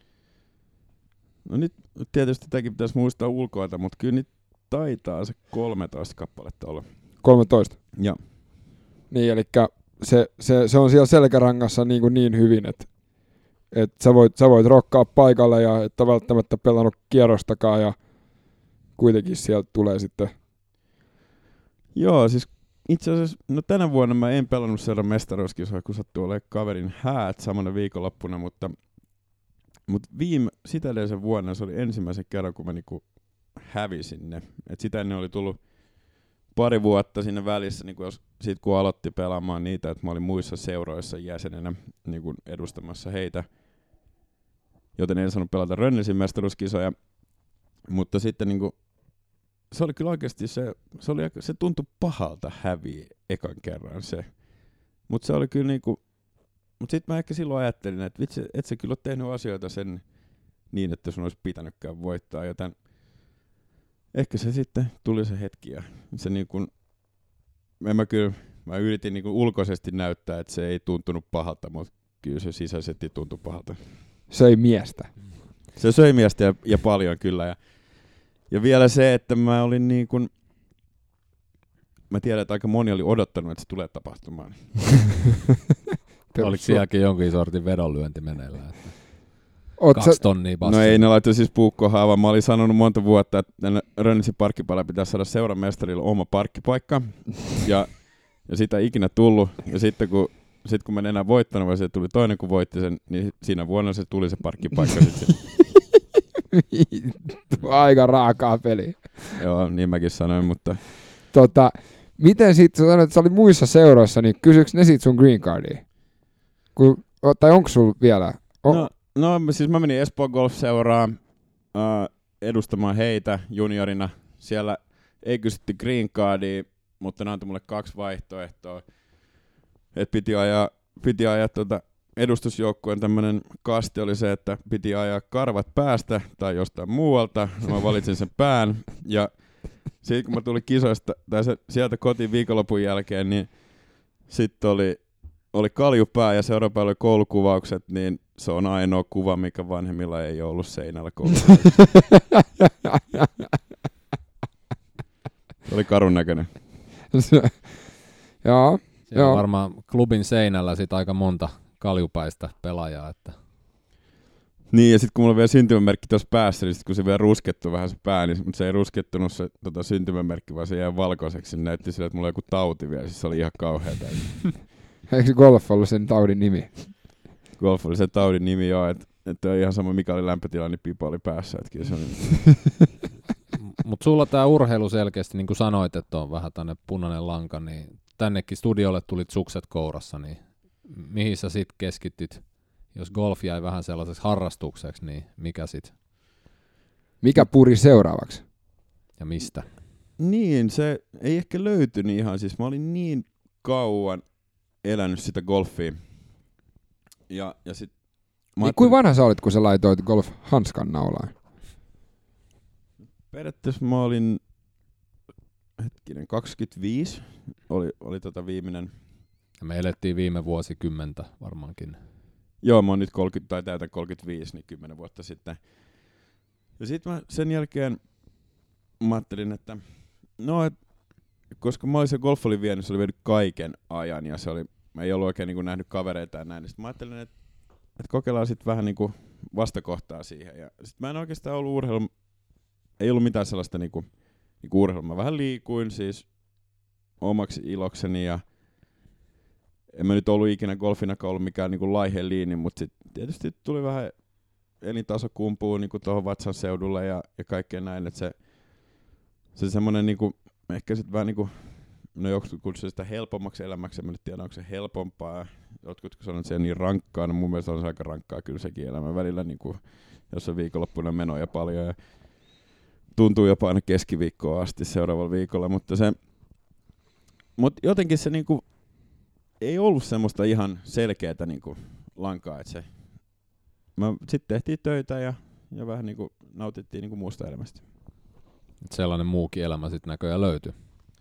No nyt tietysti tämäkin pitäisi muistaa ulkoilta, mutta kyllä nyt taitaa se kolmetoista kappaletta olla. kolmetoista? Joo. Niin, eli se, se, se on siellä selkärangassa niin, kuin niin hyvin, että, että sä, voit, sä voit rokkaa paikalle ja et ole välttämättä pelannut kierrostakaan ja kuitenkin sieltä tulee sitten. Joo, siis itse asiassa no tänä vuonna mä en pelannut seuran mestaruuskisoja, kun sattuu olemaan kaverin häät samana viikonloppuna, mutta, mutta viime, sitä edellisen vuonna se oli ensimmäisen kerran, kun mä niinku hävisin ne. Et sitä ennen oli tullut pari vuotta sinne välissä, niin kun jos, sit kun aloitti pelaamaan niitä, että mä olin muissa seuroissa jäsenenä niin kun edustamassa heitä, joten en saanut pelata Rönnelsin mestaruuskisoja, mutta sitten niin kun, se oli kyllä oikeasti se, se, oli, se tuntui pahalta häviä ekan kerran se, mutta se oli kyllä niinku, mutta sitten mä ehkä silloin ajattelin, että vitsi, et sä kyllä ole tehnyt asioita sen niin, että sun olisi pitänytkään voittaa, joten ehkä se sitten tuli se hetki ja se niinku, en mä kyllä, mä yritin niinku ulkoisesti näyttää, että se ei tuntunut pahalta, mutta kyllä se sisäisesti tuntui pahalta. Söi miestä. Se söi miestä ja, ja paljon kyllä ja, ja vielä se, että mä olin niin kuin, mä tiedän, että aika moni oli odottanut, että se tulee tapahtumaan. Oliko sielläkin jonkin sortin vedonlyönti meneillään? Että Oot kaksi sä... tonnia bassia. No ei, ne laittoi siis puukkohaan, vaan mä olin sanonut monta vuotta, että Rönnelsin parkkipäällä pitäisi saada seuramestarille oma parkkipaikka. ja, ja sitä ei ikinä tullut. Ja sitten kun, sit kun mä en enää voittanut, vaan se tuli toinen, kun voitti sen, niin siinä vuonna se tuli se parkkipaikka. Aika raakaa peliä. Joo, niin mäkin sanoin, mutta... Tota, miten sit, sä sanoit, että sä olit muissa seuroissa, niin kysyks ne sit sun green cardia? Kun, tai onko sul vielä? On... No, no siis mä menin Espoon Golf-seuraan uh, edustamaan heitä juniorina. Siellä ei kysytty green cardia, mutta ne antoi mulle kaksi vaihtoehtoa. Et piti ajaa, piti ajaa tuota edustusjoukkueen tämmönen kasti oli se, että piti ajaa karvat päästä tai jostain muualta. Mä valitsin sen pään ja sitten kun mä tulin kisoista tai se, sieltä kotiin viikonlopun jälkeen, niin sitten oli, oli kaljupää ja seuraava oli koulukuvaukset, niin se on ainoa kuva, mikä vanhemmilla ei ollut seinällä koulussa. Se oli karun näköinen. Joo. Siellä Joo. on varmaan klubin seinällä sit aika monta kaljupäistä pelaajaa. Että... Niin, ja sitten kun mulla on vielä syntymämerkki tuossa päässä, niin sit kun se vielä ruskettu vähän se pää, niin mutta se ei ruskettunut se tota, syntymämerkki, vaan se jäi valkoiseksi. Se näytti sille, että mulla oli joku tauti vielä, siis se oli ihan kauheata. Eikö golf ollut sen taudin nimi? Golf oli se taudin nimi, joo, että et on ihan sama mikä oli lämpötila, niin pipa oli päässä. Et kyllä se oli... Mutta sulla tämä urheilu selkeästi, niin kuin sanoit, että on vähän tänne punainen lanka, niin tännekin studiolle tulit sukset kourassa, niin mihin sä sit keskityt? Jos golf jäi vähän sellaiseksi harrastukseksi, niin mikä sit? Mikä puri seuraavaksi? Ja mistä? Niin, se ei ehkä löytynyt ihan. Siis mä olin niin kauan elänyt sitä golfia. Ja, ja sit... Niin kuinka vanha sä olit, kun sä laitoit golf-hanskan naulaan? Periaatteessa mä olin... Hetkinen, kaksikymmentäviisi oli, oli tota viimeinen... Ja me elettiin viime vuosikymmentä varmaankin. Joo, mä oon nyt kolmekymmentä tai täytän kolmekymmentäviisi, niin kymmenen vuotta sitten. Ja sit mä sen jälkeen mä ajattelin, että no, et, koska mä olin se golf oli vienyt, se oli vienyt kaiken ajan ja se oli, mä ei ollut oikein niin kuin nähnyt kavereita ja näin. Niin sit mä ajattelin, että, että kokeillaan sit vähän niin kuin vastakohtaa siihen. Ja sit mä en oikeastaan ollut urheilu, ei ollut mitään sellaista niin kuin, niin kuin urheilua. Mä vähän liikuin siis omaksi ilokseni ja en mä nyt ollut ikinä golfinakaan ollut mikään niinku laiheen liini, mutta sit tietysti tuli vähän elintaso kumpuu niinku tuohon vatsan seudulle ja, ja kaikkea näin, että se, se semmonen niinku, ehkä sit vähän niinku, no jotkut kutsuu sitä helpommaksi elämäksi, en mä nyt tiedä, onko se helpompaa, jotkut kun sanoo, että se on niin rankkaa, no mun mielestä on se aika rankkaa kyllä sekin elämä välillä, niinku, jos on viikonloppuna menoja paljon ja tuntuu jopa aina keskiviikkoon asti seuraavalla viikolla, mutta se, mut jotenkin se niinku, ei ollut semmoista ihan selkeätä niinku lankaa, että se sitten tehtiin töitä ja, ja vähän niinku nautittiin niinku muusta elämästä. Et sellainen muukin elämä sitten näköjään löytyi.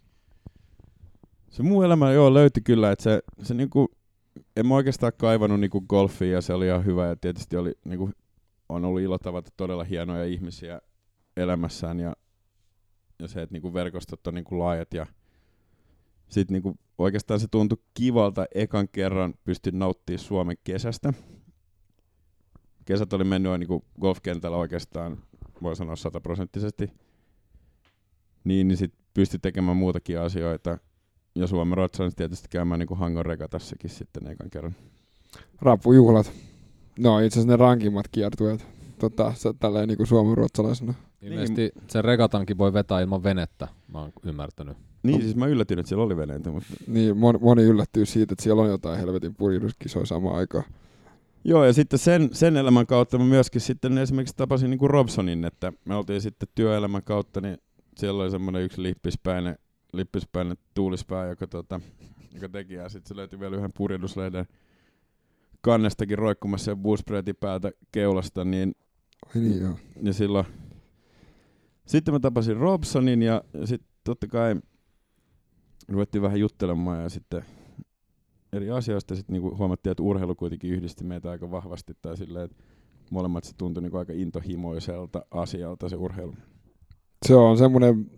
Se muu elämä joo löytyi kyllä, että se, se niinku, en mä oikeastaan kaivannut niinku golfia ja se oli ihan hyvä ja tietysti oli, niinku, on ollut ilo tavata todella hienoja ihmisiä elämässään ja, ja se, että niinku verkostot on niinku laajat ja sitten niinku oikeastaan se tuntui kivalta ekan kerran pystyi nauttimaan Suomen kesästä. Kesät oli mennyt niinku golfkentällä oikeastaan, voi sanoa sataprosenttisesti. Niin, niin sitten pystyi tekemään muutakin asioita. Ja Suomen Ruotsalainen tietysti käymään niinku Hangon regatassakin sitten ekan kerran. Rappujuhlat. No itse asiassa ne rankimmat kiertueet. Tota, tälleen niinku Suomen ruotsalaisena. Ilmeisesti sen regatankin voi vetää ilman venettä, mä oon ymmärtänyt. Niin, siis mä yllätyin, että siellä oli veneitä. Mutta... Niin, moni, moni yllättyy siitä, että siellä on jotain helvetin purjehduskisoja samaan aikaan. Joo, ja sitten sen, sen elämän kautta mä myöskin sitten esimerkiksi tapasin niin kuin Robsonin, että me oltiin sitten työelämän kautta, niin siellä oli semmoinen yksi lippispäinen, lippispäinen tuulispää, joka, tota, joka teki, ja sitten se löytyi vielä yhden purjehduslehden kannestakin roikkumassa ja bushbreatin päältä keulasta, niin, Ai niin, joo. ja silloin sitten mä tapasin Robsonin, ja, ja sitten totta kai ruvettiin vähän juttelemaan, ja sitten eri asioista sitten niinku huomattiin, että urheilu kuitenkin yhdisti meitä aika vahvasti, tai silleen, että molemmat se tuntui niinku aika intohimoiselta asialta se urheilu. Se on semmoinen,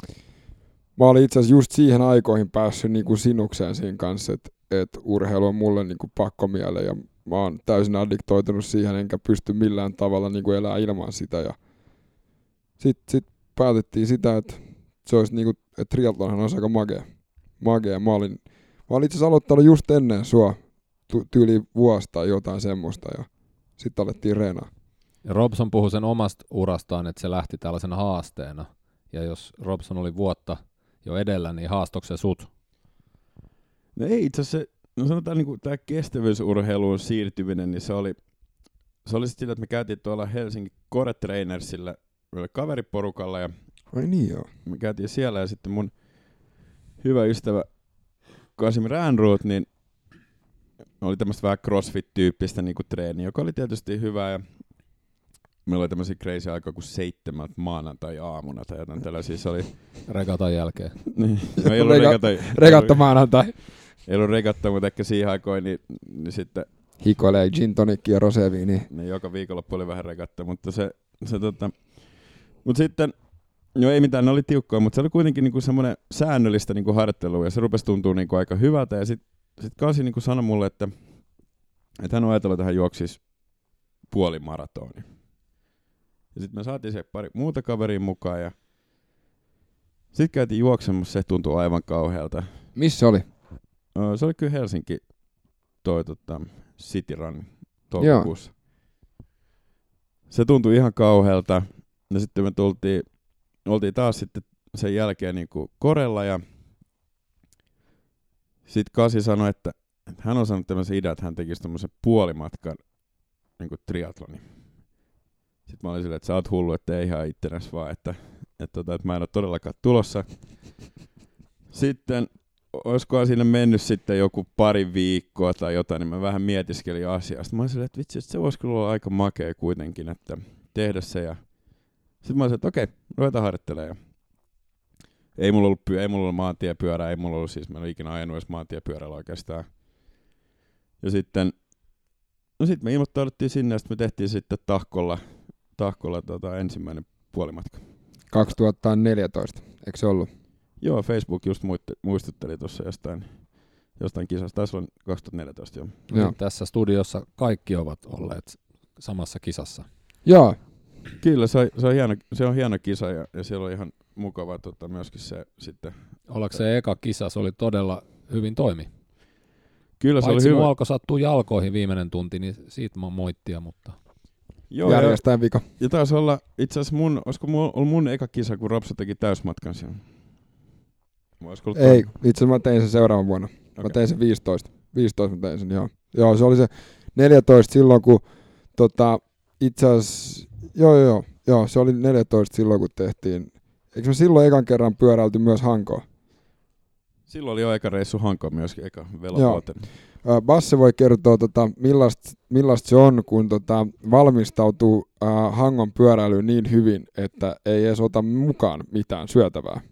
mä olin itse asiassa just siihen aikoihin päässyt niinku sinukseen siinä kanssa, että et urheilu on mulle niinku pakkomiele, ja mä oon täysin addiktoitunut siihen, enkä pysty millään tavalla niinku elää ilman sitä, ja sitten sit päätettiin sitä, että se olisi niinku, että triathlonhan olisi aika magea. magea. Mä olin Mä olin itse asiassa aloittanut just ennen sua, tyyli vuosi tai jotain semmoista, ja sitten alettiin reenaa. Ja Robson puhui sen omasta urastaan, että se lähti tällaisena haasteena. Ja jos Robson oli vuotta jo edellä, niin haastoiko se sut? No ei itse asiassa, no sanotaan niin kuin tämä kestävyysurheiluun siirtyminen, niin se oli, se oli sitten sillä, että me käytiin tuolla Helsingin Core Trainersillä kaveriporukalla, ja Ai niin joo. me käytiin siellä, ja sitten mun hyvä ystävä Kasimir Ehrnrooth, niin oli tämmöistä vähän crossfit-tyyppistä niinku treeniä, joka oli tietysti hyvä, ja meillä oli tämmöisiä crazy aikaa kuin seitsemältä maanantai-aamuna tai jotain tällaisia, se oli... Regatan jälkeen. Niin, no ei ollut Rega- regata. Regatta maanantai. Ei ollut regatta, mutta ehkä siihen aikoin, niin, niin sitten... Hikoilee gin tonikki ja roseviini. Niin joka viikonloppu oli vähän regatta, mutta se... se tota, mut sitten... No ei mitään, ne oli tiukkoja, mutta se oli kuitenkin niinku semmoinen säännöllistä niinku harjoittelua, ja se rupesi tuntua niinku aika hyvältä, ja sitten sit Kasi niinku sanoi mulle, että, että hän on ajatellut, että hän juoksisi puoli maratoni. Ja sitten me saatiin se pari muuta kaveria mukaan, ja sitten käytiin juoksemassa, se tuntui aivan kauhealta. Missä oli? Se oli kyllä Helsinki, toi tota, City Run toukokuussa. Se tuntui ihan kauhealta, ja sitten me tultiin, oltiin taas sitten sen jälkeen niin kuin korella, ja sitten Kasi sanoi, että, että hän on saanut tämmöisen idean, että hän tekisi tämmöisen puolimatkan niin kuin triathlonin. Sitten mä olin silleen, että sä oot hullu, että ei ihan ittenäs vaan, että, että, tota, että mä en ole todellakaan tulossa. Sitten olisikohan siinä mennyt sitten joku pari viikkoa tai jotain, niin mä vähän mietiskelin asiaa. Sitten mä olin silleen, että vitsi, että se voisi kyllä olla aika makea kuitenkin, että tehdä se. Ja sitten mä olin, että okei, ruvetaan harjoittelemaan. Ei mulla ollut, pyö- ei mulla ollut maantiepyörää, ei mulla ollut siis, mä en ole ikinä ajanut edes maantiepyörällä oikeastaan. Ja sitten, no sitten me ilmoittauduttiin sinne, ja sitten me tehtiin sitten Tahkolla, tahkolla tota, ensimmäinen puolimatka. kaksituhattaneljätoista, eikö se ollut? Joo, Facebook just muistutteli tuossa jostain, jostain kisasta. Taisi olla kaksituhattaneljätoista, joo. Joo. Tässä studiossa kaikki ovat olleet samassa kisassa. Joo. Kyllä, se, se, on, hieno, se on hieno kisa, ja, ja siellä on ihan mukava tota, myöskin se sitten. Ollaanko se eka kisa, se oli todella hyvin toimi. Kyllä se Paitsi oli hyvä. mua alkoi sattua jalkoihin viimeinen tunti, niin siitä mä moittia, mutta... Joo, ja, Järjestään vika. ja taisi olla itse asiassa mun, olisiko mun, ollut mun eka kisa, kun Robso teki täysmatkan siellä? Ei, itse asiassa mä tein sen seuraavan vuonna. Okay. Mä tein sen viisitoista. viisitoista mä tein sen, joo. Joo, se oli se neljätoista silloin, kun tota, itse asiassa, joo, joo, joo, joo, se oli neljätoista silloin, kun tehtiin. Eikö me silloin ekan kerran pyöräilty myös Hankoon? Silloin oli jo eka reissu Hankoon myöskin, eka velovuoten. Basse voi kertoa, tota, millaista, millaista se on, kun tota, valmistautuu äh, Hangon pyöräilyyn niin hyvin, että ei edes ota mukaan mitään syötävää.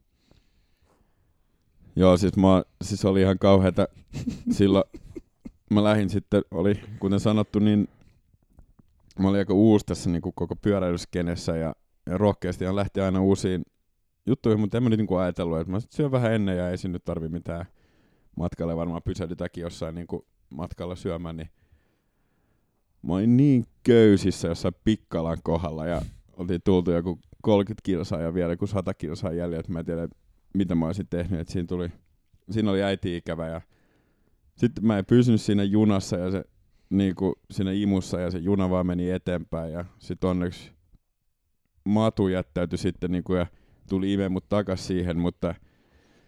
Joo, siis, mä, siis oli ihan kauheata. Silloin mä lähdin sitten, oli kuten sanottu, niin mä olin aika uusi tässä niin kuin koko pyöräilyskenessä, ja, ja rohkeasti ja lähti aina uusiin juttuihin, mutta en mä nyt niin kuin ajatellut, että mä syön vähän ennen ja ei siinä nyt tarvi mitään matkalle, varmaan pysähdytäkin jossain niin kuin matkalla syömään, niin mä olin niin köysissä jossain Pikkalan kohdalla, ja oltiin tultu joku kolmekymmentä kilsaa ja vielä joku sata kilsaa jäljellä, että mä en tiedä, mitä mä olisin tehnyt, että siinä, tuli, siinä oli äiti ikävä, ja sitten mä en pysynyt siinä junassa ja se niinku siinä imussa, ja se juna vaan meni eteenpäin, ja sitten onneksi Matu jättäytyi sitten niinku ja tuli imeen mut takas siihen, mutta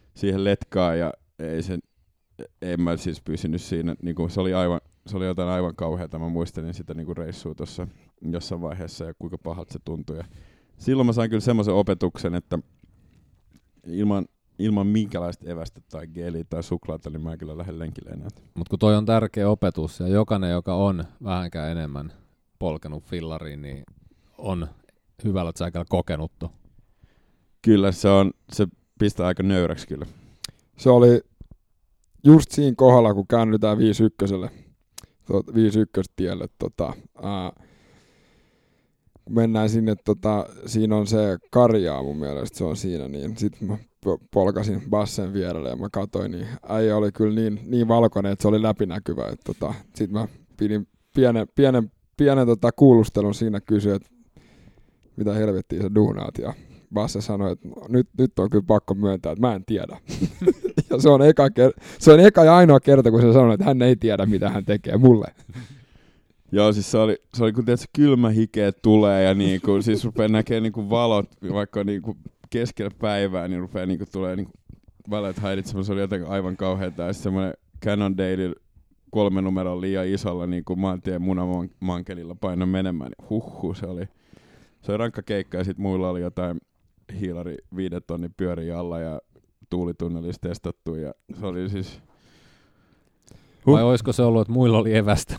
siihen letkaan ja ei sen, en mä siis pysynyt siinä, niinku se oli aivan, se oli jotain aivan kauheata, mä muistelin sitä niinku reissua tuossa jossain vaiheessa ja kuinka pahalta se tuntui. Ja silloin mä sain kyllä semmoisen opetuksen, että ilman, ilman minkälaista evästä tai geeliä tai suklaata, niin mä kyllä lähden lenkille enää. Mutta kun toi on tärkeä opetus ja jokainen, joka on vähänkään enemmän polkenut fillariin, niin on hyvällä säkällä kokenut. Kyllä se on, se pistää aika nöyräksi kyllä. Se oli just siinä kohdalla, kun käännytään viisi ykköselle, tuota, viisi ykköstielle, tota, ää, kun mennään sinne, tota, siinä on se Karjaa mun mielestä, se on siinä, niin sit mä polkasin bassen vierelle ja mä katsoin, niin äijä oli kyllä niin, niin valkoinen, että se oli läpinäkyvä. Että tota, sit mä pidin pienen, pienen, pienen tota kuulustelun siinä, kysyin, että mitä helvettiä sä duunaat, ja Basse sanoi, että nyt, nyt on kyllä pakko myöntää, että mä en tiedä. Ja se on, eka, se on eka ja ainoa kerta, kun se sanoi, että hän ei tiedä, mitä hän tekee mulle. Joo, siis se oli, se oli kun tiedät, se kylmä hikeet tulee ja niinku, siis rupeaa näkemään niinku valot, vaikka niinku keskellä päivää, niin rupeaa niinku tulee niinku valot häiritsemään, se oli jotenkin aivan kauheata. Ja semmoinen Cannondale kolme numeron liian isolla niinku maantien munamankelilla paino menemään, niin huhhuh, se oli, se oli rankka keikka ja sit muilla oli jotain hiilari viiden tonnin pyöriä alla ja tuulitunnelissa testattu ja se oli siis... Huh. Vai olisiko se ollut, että muilla oli evästä?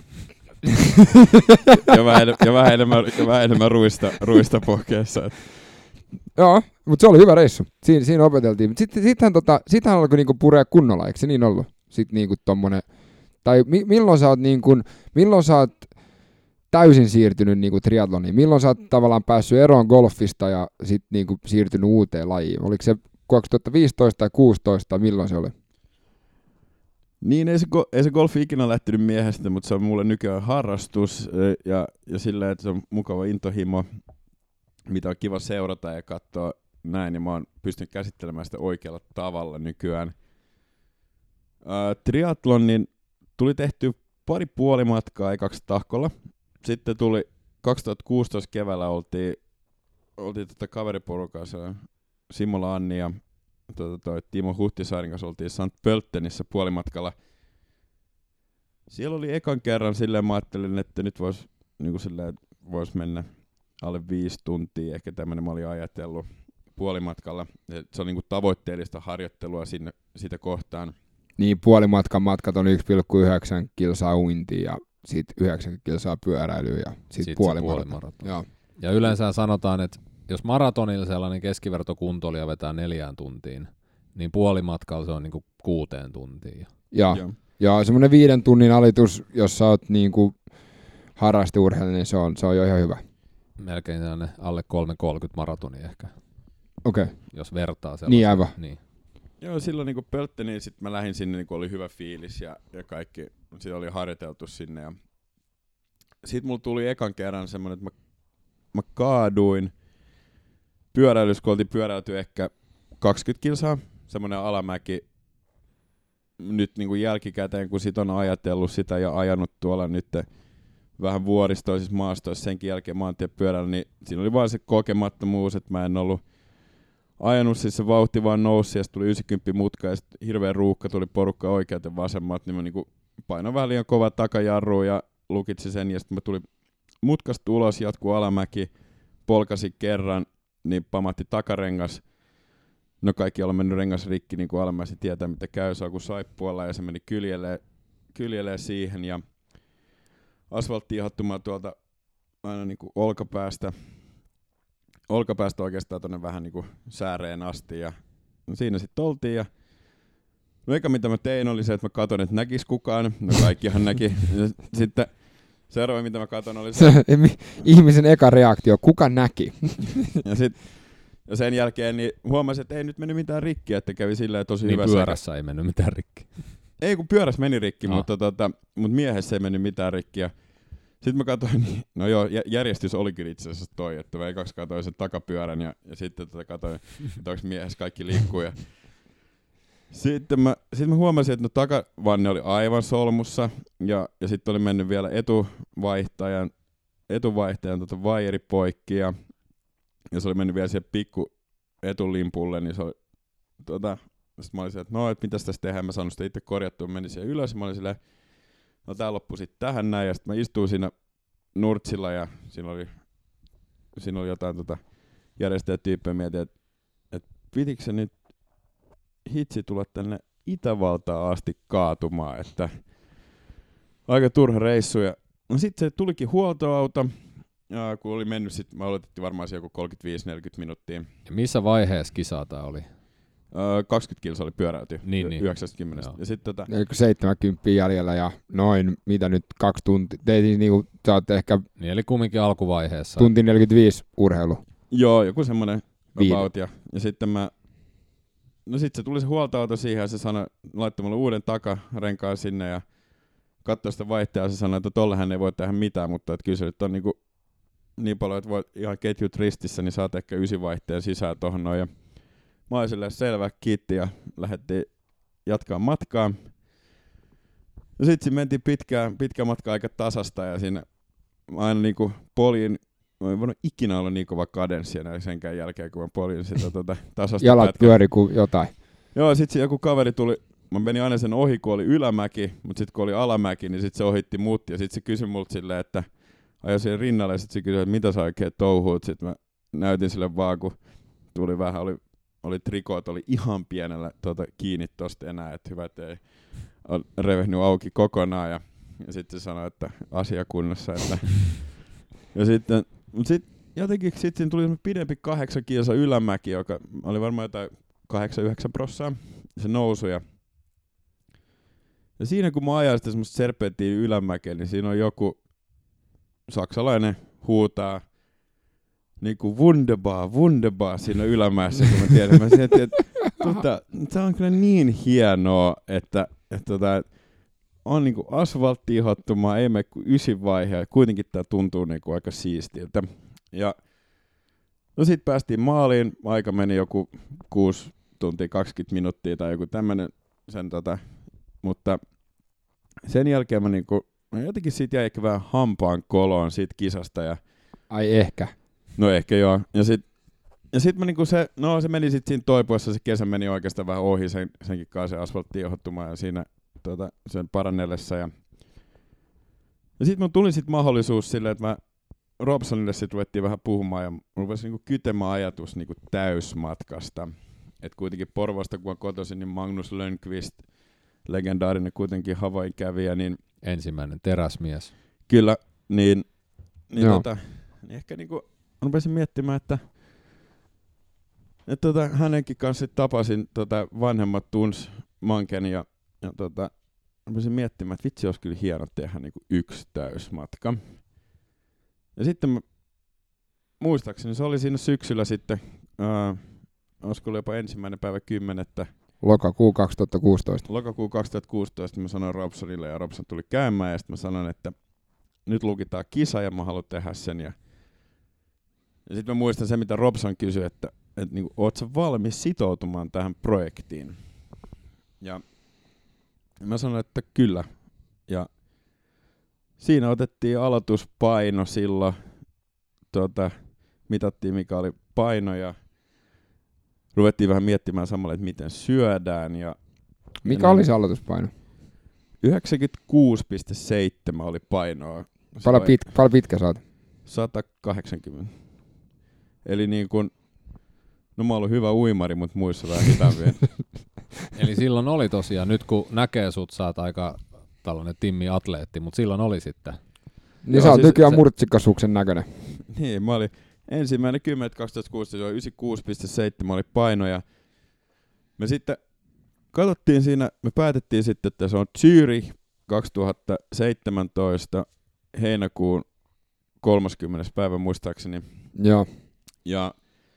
ja, vähän, ja, vähän enemmän, ja vähän enemmän ruista, ruista pohkeessa. Joo, mutta se oli hyvä reissu. Siin, siinä opeteltiin. Sitten sittenhän tota, sittenhän alkoi niinku purea kunnolla, eikö se niin ollut? Sitten niinku tommonen, tai mi, milloin sä oot niinku, milloin sä oot täysin siirtynyt niinku triathloniin? Milloin sä oot tavallaan päässyt eroon golfista ja sit niinku siirtynyt uuteen lajiin? Oliko se kaksituhattaviisitoista tai kuusitoista, milloin se oli? Niin, ei se, ei se golfi ikinä lähtenyt miehestä, mutta se on mulle nykyään harrastus ja, ja silleen, että se on mukava intohimo, mitä on kiva seurata ja katsoa näin, ja mä oon pystynyt käsittelemään sitä oikealla tavalla nykyään. Ää, triathlonin tuli tehty pari puolimatkaa ekaksi tahkolla. Sitten tuli kaksituhattakuusitoista keväällä oltiin, oltiin tota kaveriporukassa, Simola Anni ja Tuota, toi Timo Huhtisaarin kanssa oltiin Sant Pölttenissä puolimatkalla. Siellä oli ekan kerran silleen, mä ajattelin, että nyt vois, niin silleen, vois mennä alle viisi tuntia. Ehkä tämmönen mä olin ajatellut puolimatkalla. Se on niin kuin tavoitteellista harjoittelua sinne, sitä kohtaan. Niin, puolimatkan matkat on yksi pilkku yhdeksän kilsaa uintia ja sitten yhdeksänkymmentä kilsaa pyöräilyä ja sitten sit puolimaraton. Joo. Ja yleensä sanotaan, että jos maratonilla sellainen keskivertokuntoilija vetää neljään tuntiin, niin puolimatkalla se on niinku kuuteen tuntiin. Ja, ja semmoinen viiden tunnin alitus, jos sä oot niinku harrasteurheilija, niin se on, se on jo ihan hyvä. Melkein sellainen alle kolme kolmekymmentä maratoni ehkä. Okei. Okay. Jos vertaa sellaisen. Niin aivan. Niin. Joo, silloin niinku Pöltteniin, niin sit mä lähdin sinne, niinku oli hyvä fiilis ja, ja kaikki. Sitten oli harjoiteltu sinne. Ja sit mulla tuli ekan kerran semmonen, että mä, mä kaaduin. Pyöräilys, kun oltiin pyöräilty ehkä kaksikymmentä kilsaa, semmoinen alamäki. Nyt niin kuin jälkikäteen, kun sit on ajatellut sitä ja ajanut tuolla nyt vähän vuoristoisissa maastoissa senkin jälkeen maantiepyörällä, niin siinä oli vaan se kokemattomuus, että mä en ollut ajanut, siis se vauhti vaan nousi ja sitten tuli yhdeksänkymmentä mutka ja sitten hirveä ruuhka, tuli porukka oikealta ja vasemmalta, niin mä niin kuin painoin vähän liian kova takajarruun ja lukitsin sen ja sitten mä tulin mutkasta ulos, jatkuu alamäki, polkasin kerran, niin pamahti takarengas. No kaikki on mennyt rengas rikki, niin kuin alamäessä tietää mitä käy, se on kuin saippualla ja se meni kyljelee, kyljelee siihen ja asfaltti ihattumaan tuolta aina niin kuin olkapäästä, olkapäästä oikeastaan tuonne vähän niin kuin sääreen asti ja no siinä sitten oltiin ja no eka mitä mä tein oli se, että mä katon, että näkis kukaan, no kaikkihan näki ja sitten seuraava mitä mä katon oli se, ihmisen eka reaktio, kuka näki? ja sitten ja sen jälkeen niin huomasin, että ei nyt mennyt mitään rikkiä, että kävi silleen tosi niin hyvä pyörässä sekä. Ei mennyt mitään rikki. Ei kun pyörässä meni rikki, no. mutta, tota, mutta miehessä ei mennyt mitään rikkiä. Sitten mä katsoin, niin, no joo, järjestys olikin itse asiassa toi, että mä ekaksi katsoin sen takapyörän ja, ja sitten tota katsoin, että onko miehessä kaikki liikkuu. Ja sitten mä, sit mä huomasin, että no takavanne oli aivan solmussa ja, ja sitten oli mennyt vielä etuvaihtajan, etuvaihtajan tota vaijeri poikki ja, ja se oli mennyt vielä siihen pikku etulimpulle, niin se oli, tota, Sitten mä olin silleen, että no, että mitäs tässä tehdään, mä sanon sitä itse korjattua, menin siihen ylös, ja mä olin silleen, no tää loppui sitten tähän näin, ja sitten mä istuin siinä nurtsilla, ja siinä oli, siinä oli jotain tota järjestäjätyyppejä, mietin, että et pitikö se nyt hitsi tulla tänne Itävaltaan asti kaatumaan, että aika turha reissu. Ja no sitten se tulikin huoltoauto, ja kun oli mennyt, sit mä aloitettiin varmaan se joku kolmekymmentäviisi neljäkymmentä minuuttia. Ja missä vaiheessa kisaa tää oli? Öö, kaksikymmentä kilsa oli pyöräyty, niin, niin. yhdeksänkymmentä. Ja sit tota... seitsemänkymmentä jäljellä ja noin, mitä nyt, kaksi tuntia. Teitin niinku, sä oot ehkä... Niin, eli kumminkin alkuvaiheessa. Tunti neljäkymmentäviisi urheilu. Joo, joku semmonen about. Ja, ja sitten mä... No sit se tuli se huoltoauto siihen ja se sanoi, laittoi mulle uuden takarenkaan sinne ja katsoi sitä vaihtajaa ja se sanoi, että tollehän ei voi tehdä mitään, mutta että kyllä se nyt on niinku niin paljon, että voi ihan ketjut ristissä, niin saat ehkä ysi vaihteen sisään tohon noin. Ja mä olin silleen selvä, kiitti ja lähdettiin jatkaa matkaa. Ja sit siinä mentiin pitkään, pitkä matka aika tasasta ja siinä aina niinku poljin, mä en voinut ikinä olla niin kova kadenssi enää senkään jälkeen, kun mä poljin sitä tuota tasasta. Jalat pätkää. pyöri kuin jotain. Joo, sit joku kaveri tuli, mä menin aina sen ohi, kun oli ylämäki, mutta sit kun oli alamäki, niin sit se ohitti mut ja sit se kysyi multa silleen, että ajo siihen rinnalle ja sit se kysyi, että mitä sä oikein touhuut. Sit mä näytin sille vaan, kun tuli vähän, oli, oli trikoot, oli ihan pienellä tuota, kiinni tosta enää, että hyvä, että ei ole revehnyt auki kokonaan ja, ja sitten se sanoi, että asia kunnossa. Että ja sitten, mut sit jotenkin sit siinä tuli pidempi kahdeksan kilsa ylämäki, joka oli varmaan jotain kahdeksan yhdeksän prossaa, se nousu ja ja siinä kun mä ajan sitä semmoista serpenttiä ylämäkeä, niin siinä on joku saksalainen huutaa niinku wunderbar, wunderbar siinä ylämäessä, kun mä tiedän. Mä mietin, että tota, tää on kyllä niin hienoa, että, että tota, on niinku asfaltti ihottumaa, ei mene kuin ysin vaihe, ja kuitenkin tää tuntuu niinku aika siistiltä. Ja no sit päästiin maaliin, aika meni joku kuusi tuntia kaksikymmentä minuuttia tai joku tämmönen sen tota, mutta sen jälkeen mä niinku, mä jotenkin siitä jäi ehkä vähän hampaan koloon siitä kisasta ja ai ehkä. No ehkä joo. Ja sit, ja sit mä niinku se, no se meni sit siinä toipuessa, se kesä meni oikeastaan vähän ohi sen, senkin kanssa se asfalttiin johottumaan ja siinä tota, sen parannellessa ja ja sit mun tuli sit mahdollisuus silleen, että mä Robsonille sit ruvettiin vähän puhumaan ja mun rupesi niinku kytemään ajatus niinku täysmatkasta. Et kuitenkin Porvoosta kun on kotoisin, niin Magnus Lönnqvist, legendaarinen kuitenkin Havain kävijä, niin ensimmäinen teräsmies. Kyllä, niin, niin, tota, niin ehkä niinku rupesin miettimään, että, että tota, hänenkin kanssa tapasin tota, vanhemmat tuns Manken ja, ja tota, rupesin miettimään, että vitsi olisi kyllä hieno tehdä niinku yksi täysmatka. Ja sitten mä, muistaakseni se oli siinä syksyllä sitten, ää, olisiko jopa ensimmäinen päivä kymmenettä. Lokakuu kaksituhattakuusitoista. Lokakuu kaksituhattakuusitoista mä sanoin Robsonille ja Robson tuli käymään ja sitten mä sanoin, että nyt lukitaan kisa ja mä haluan tehdä sen. Ja, ja sitten mä muistan sen, mitä Robson kysyi, että, että niinku, oot sä valmis sitoutumaan tähän projektiin? Ja mä sanoin, että kyllä. Ja siinä otettiin aloituspaino silloin, tuota, mitattiin mikä oli paino ja ruvettiin vähän miettimään samalla, että miten syödään. Ja mikä oli se aloituspaino? yhdeksänkymmentäkuusi pilkku seitsemän oli painoa. Paljon, pit, paljon pitkä sä oot? sata kahdeksankymmentä. Eli niin kuin, no mä oon ollut hyvä uimari, mutta muissa vähän hitaampi. Eli silloin oli tosiaan, nyt kun näkee sut, sä oot aika tällainen timmi-atleetti, mutta silloin oli sitten. Niin joo, sä oot siis nykyään se murtsikasuksen näköinen. Niin, mä olin ensimmäinen kymmenes kaksituhattakuusitoista, se oli yhdeksänkymmentäkuusi pilkku seitsemän oli paino ja me sitten katsottiin siinä, me päätettiin sitten, että se on Zürich kaksituhattaseitsemäntoista heinäkuun kolmaskymmenes päivä muistaakseni. Joo. Ja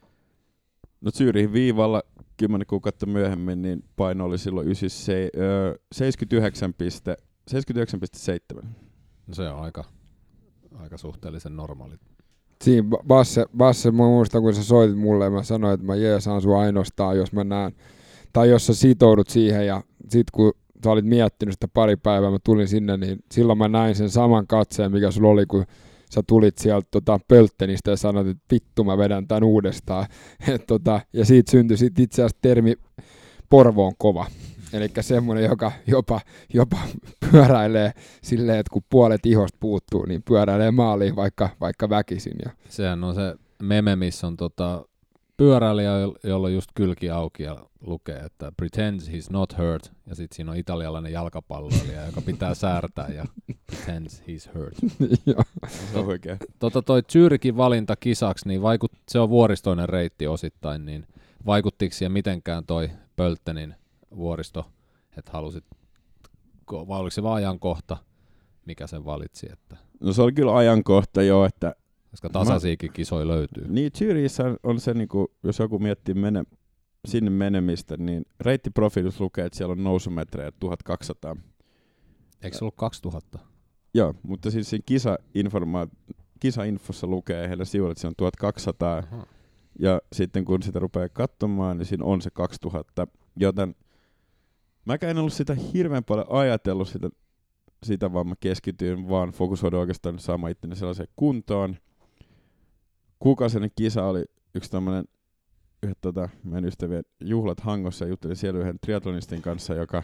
no Zürichin viivalla kymmenen kuukautta myöhemmin niin paino oli silloin seitsemänkymmentäyhdeksän pilkku seitsemän. No se on aika, aika suhteellisen normaali. Siinä Basse, Basse, mä muistan, kun sä soitit mulle ja mä sanoin, että mä jeesaan sua ainoastaan, jos mä näen, tai jos sä sitoudut siihen ja sit kun sä olit miettinyt sitä pari päivää, mä tulin sinne, niin silloin mä näin sen saman katseen, mikä sulla oli, kun sä tulit sieltä tota, Pölttenistä ja sanoit, että vittu mä vedän tän uudestaan. Et, tota, ja siitä syntyi sit itse asiassa termi Porvoon kova. Eli semmoinen, joka jopa, jopa pyöräilee silleen, että kun puolet ihosta puuttuu, niin pyöräilee maaliin vaikka, vaikka väkisin. Ja. Sehän on se meme, missä on tota pyöräilijä, jolla on just kylki auki ja lukee, että pretends he's not hurt, ja sitten siinä on italialainen jalkapalloilija, joka pitää säätää ja pretends he's hurt. Se on oikein. Tota toi Zürikin valinta kisaksi, niin vaikut, se on vuoristoinen reitti osittain, niin vaikuttiko siihen mitenkään toi Pölttenin vuoristo, että halusit, vai oliko se vaan ajankohta, mikä sen valitsi? Että... No se oli kyllä ajankohta jo, että koska tasaisiakin kisoja löytyy. Niin, Zürichissä on se, niin kuin, jos joku miettii mene, sinne menemistä, niin reittiprofiilissa lukee, että siellä on nousumetrejä tuhatkaksisataa. Eikö se ollut kaksituhatta? Joo, mutta siis siinä kisa-informa- kisa-infossa lukee heillä sivuilla, että se on tuhatkaksisataa. Aha. Ja sitten kun sitä rupeaa katsomaan, niin siinä on se kaksituhatta. Joten mäkään en ollut sitä hirveän paljon ajatellut sitä, sitä vaan mä keskityin vaan fokusoida oikeastaan saamaan itteni sellaiseen kuntoon. Kuukausittainen kisa oli yksi tämmönen, yhdet tota, meidän ystävien juhlat Hangossa, ja juttelin siellä yhden triatlonistin kanssa, joka,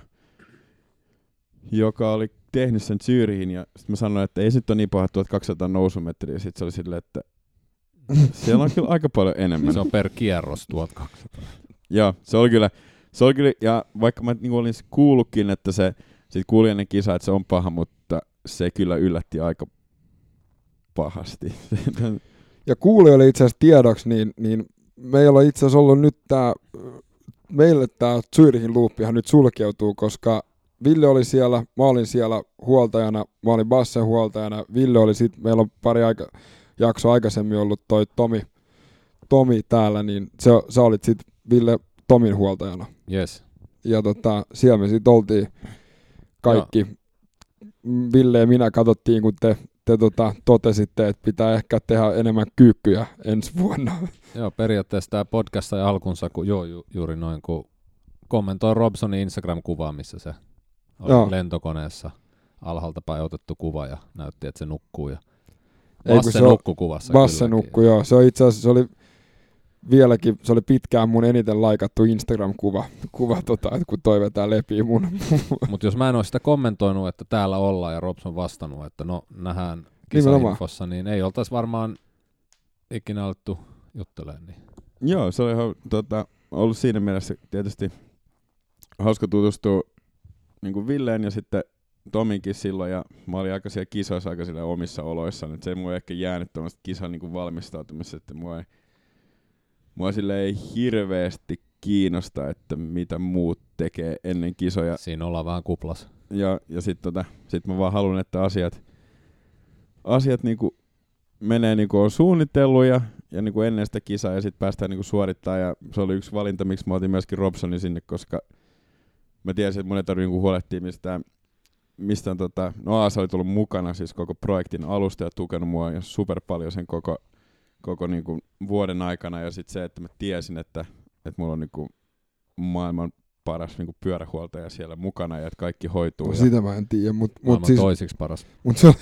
joka oli tehnyt sen Zürihin, ja sitten mä sanoin, että ei sit ole niin paha tuhatkaksisataa nousumetriä, ja sitten se oli silleen, että siellä on kyllä aika paljon enemmän. Se on per kierros tuhatkaksisataa. Joo, se oli kyllä, se oli kyllä, ja vaikka mä niin olin kuullutkin, että se, sit kuulin ennen kisaa, että se on paha, mutta se kyllä yllätti aika pahasti. Ja kuulijoille itse asiassa tiedoksi, niin, niin meillä on itse asiassa ollut nyt tämä, meille tämä Zürichin luuppihan nyt sulkeutuu, koska Ville oli siellä, mä olin siellä huoltajana, mä olin Bassen huoltajana, Ville oli sitten, meillä on pari aika, jakso aikaisemmin ollut toi Tomi, Tomi täällä, niin se, sä olit sitten Ville Tomin huoltajana. Yes. Ja tota, siellä me sitten oltiin kaikki, Joo. Ville ja minä katsottiin, kun te te tota, totesitte, että pitää ehkä tehdä enemmän kyykkyjä ensi vuonna. Joo, periaatteessa tämä podcast sai alkunsa, kun joo, ju, juuri noin, kun kommentoi Robsonin Instagram-kuvaa, missä se oli joo. lentokoneessa alhaalta päin otettu kuva ja näytti, että se nukkuu. Ja Basse nukkuu kuvassa. Basse nukkuu, joo. Se, itse asiassa, se oli vieläkin, se oli pitkään mun eniten laikattu Instagram-kuva, kuva, tota, että kun toi vetää lepii mun. Mutta jos mä en ole sitä kommentoinut, että täällä ollaan ja Robson vastannut, että no nähdään kisainfossa, niin ei oltaisi varmaan ikinä alettu juttelemaan. Niin. Joo, se oli ihan, tota, ollut siinä mielessä tietysti hauska tutustua niin kuin Villeen ja sitten Tominkin silloin, ja mä olin aika siellä kisoissa aika siellä omissa oloissaan, että se ei mua ehkä jäänyt tämmöistä kisan niin kuin valmistautumista, että mua ei Mua sille ei hirveästi kiinnosta, että mitä muut tekee ennen kisoja. Siinä ollaan vähän kuplas. Ja, ja sit, tota, sit mä vaan haluan, että asiat, asiat niinku menee niinku on suunnitellut ja, ja niinku ennen sitä kisaa ja sit päästään niinku suorittaa. Ja se oli yksi valinta, miksi mä otin myöskin Robsonin sinne, koska mä tiesin, että mun ei tarvitse niinku huolehtia mistään, mistään tota, no Aasa oli tullut mukana siis koko projektin alusta ja tukenut mua ja super paljon sen koko koko niinku vuoden aikana, ja sitten se, että mä tiesin, että, että mulla on niinku maailman paras niinku pyörähuoltaja siellä mukana, ja että kaikki hoituu. No, ja sitä mä en tiedä, mutta mut siis, toisiksi paras. Mut se, oli,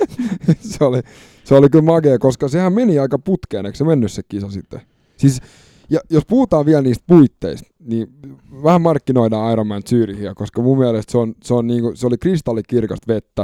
se, oli, se oli kyllä magea, koska sehän meni aika putkeen, eikö se mennyt se kisa sitten? Siis, ja jos puhutaan vielä niistä puitteista, niin vähän markkinoidaan Ironman Zürichiä, koska mun mielestä se, on, se, on niinku, se oli kristallikirkasta vettä.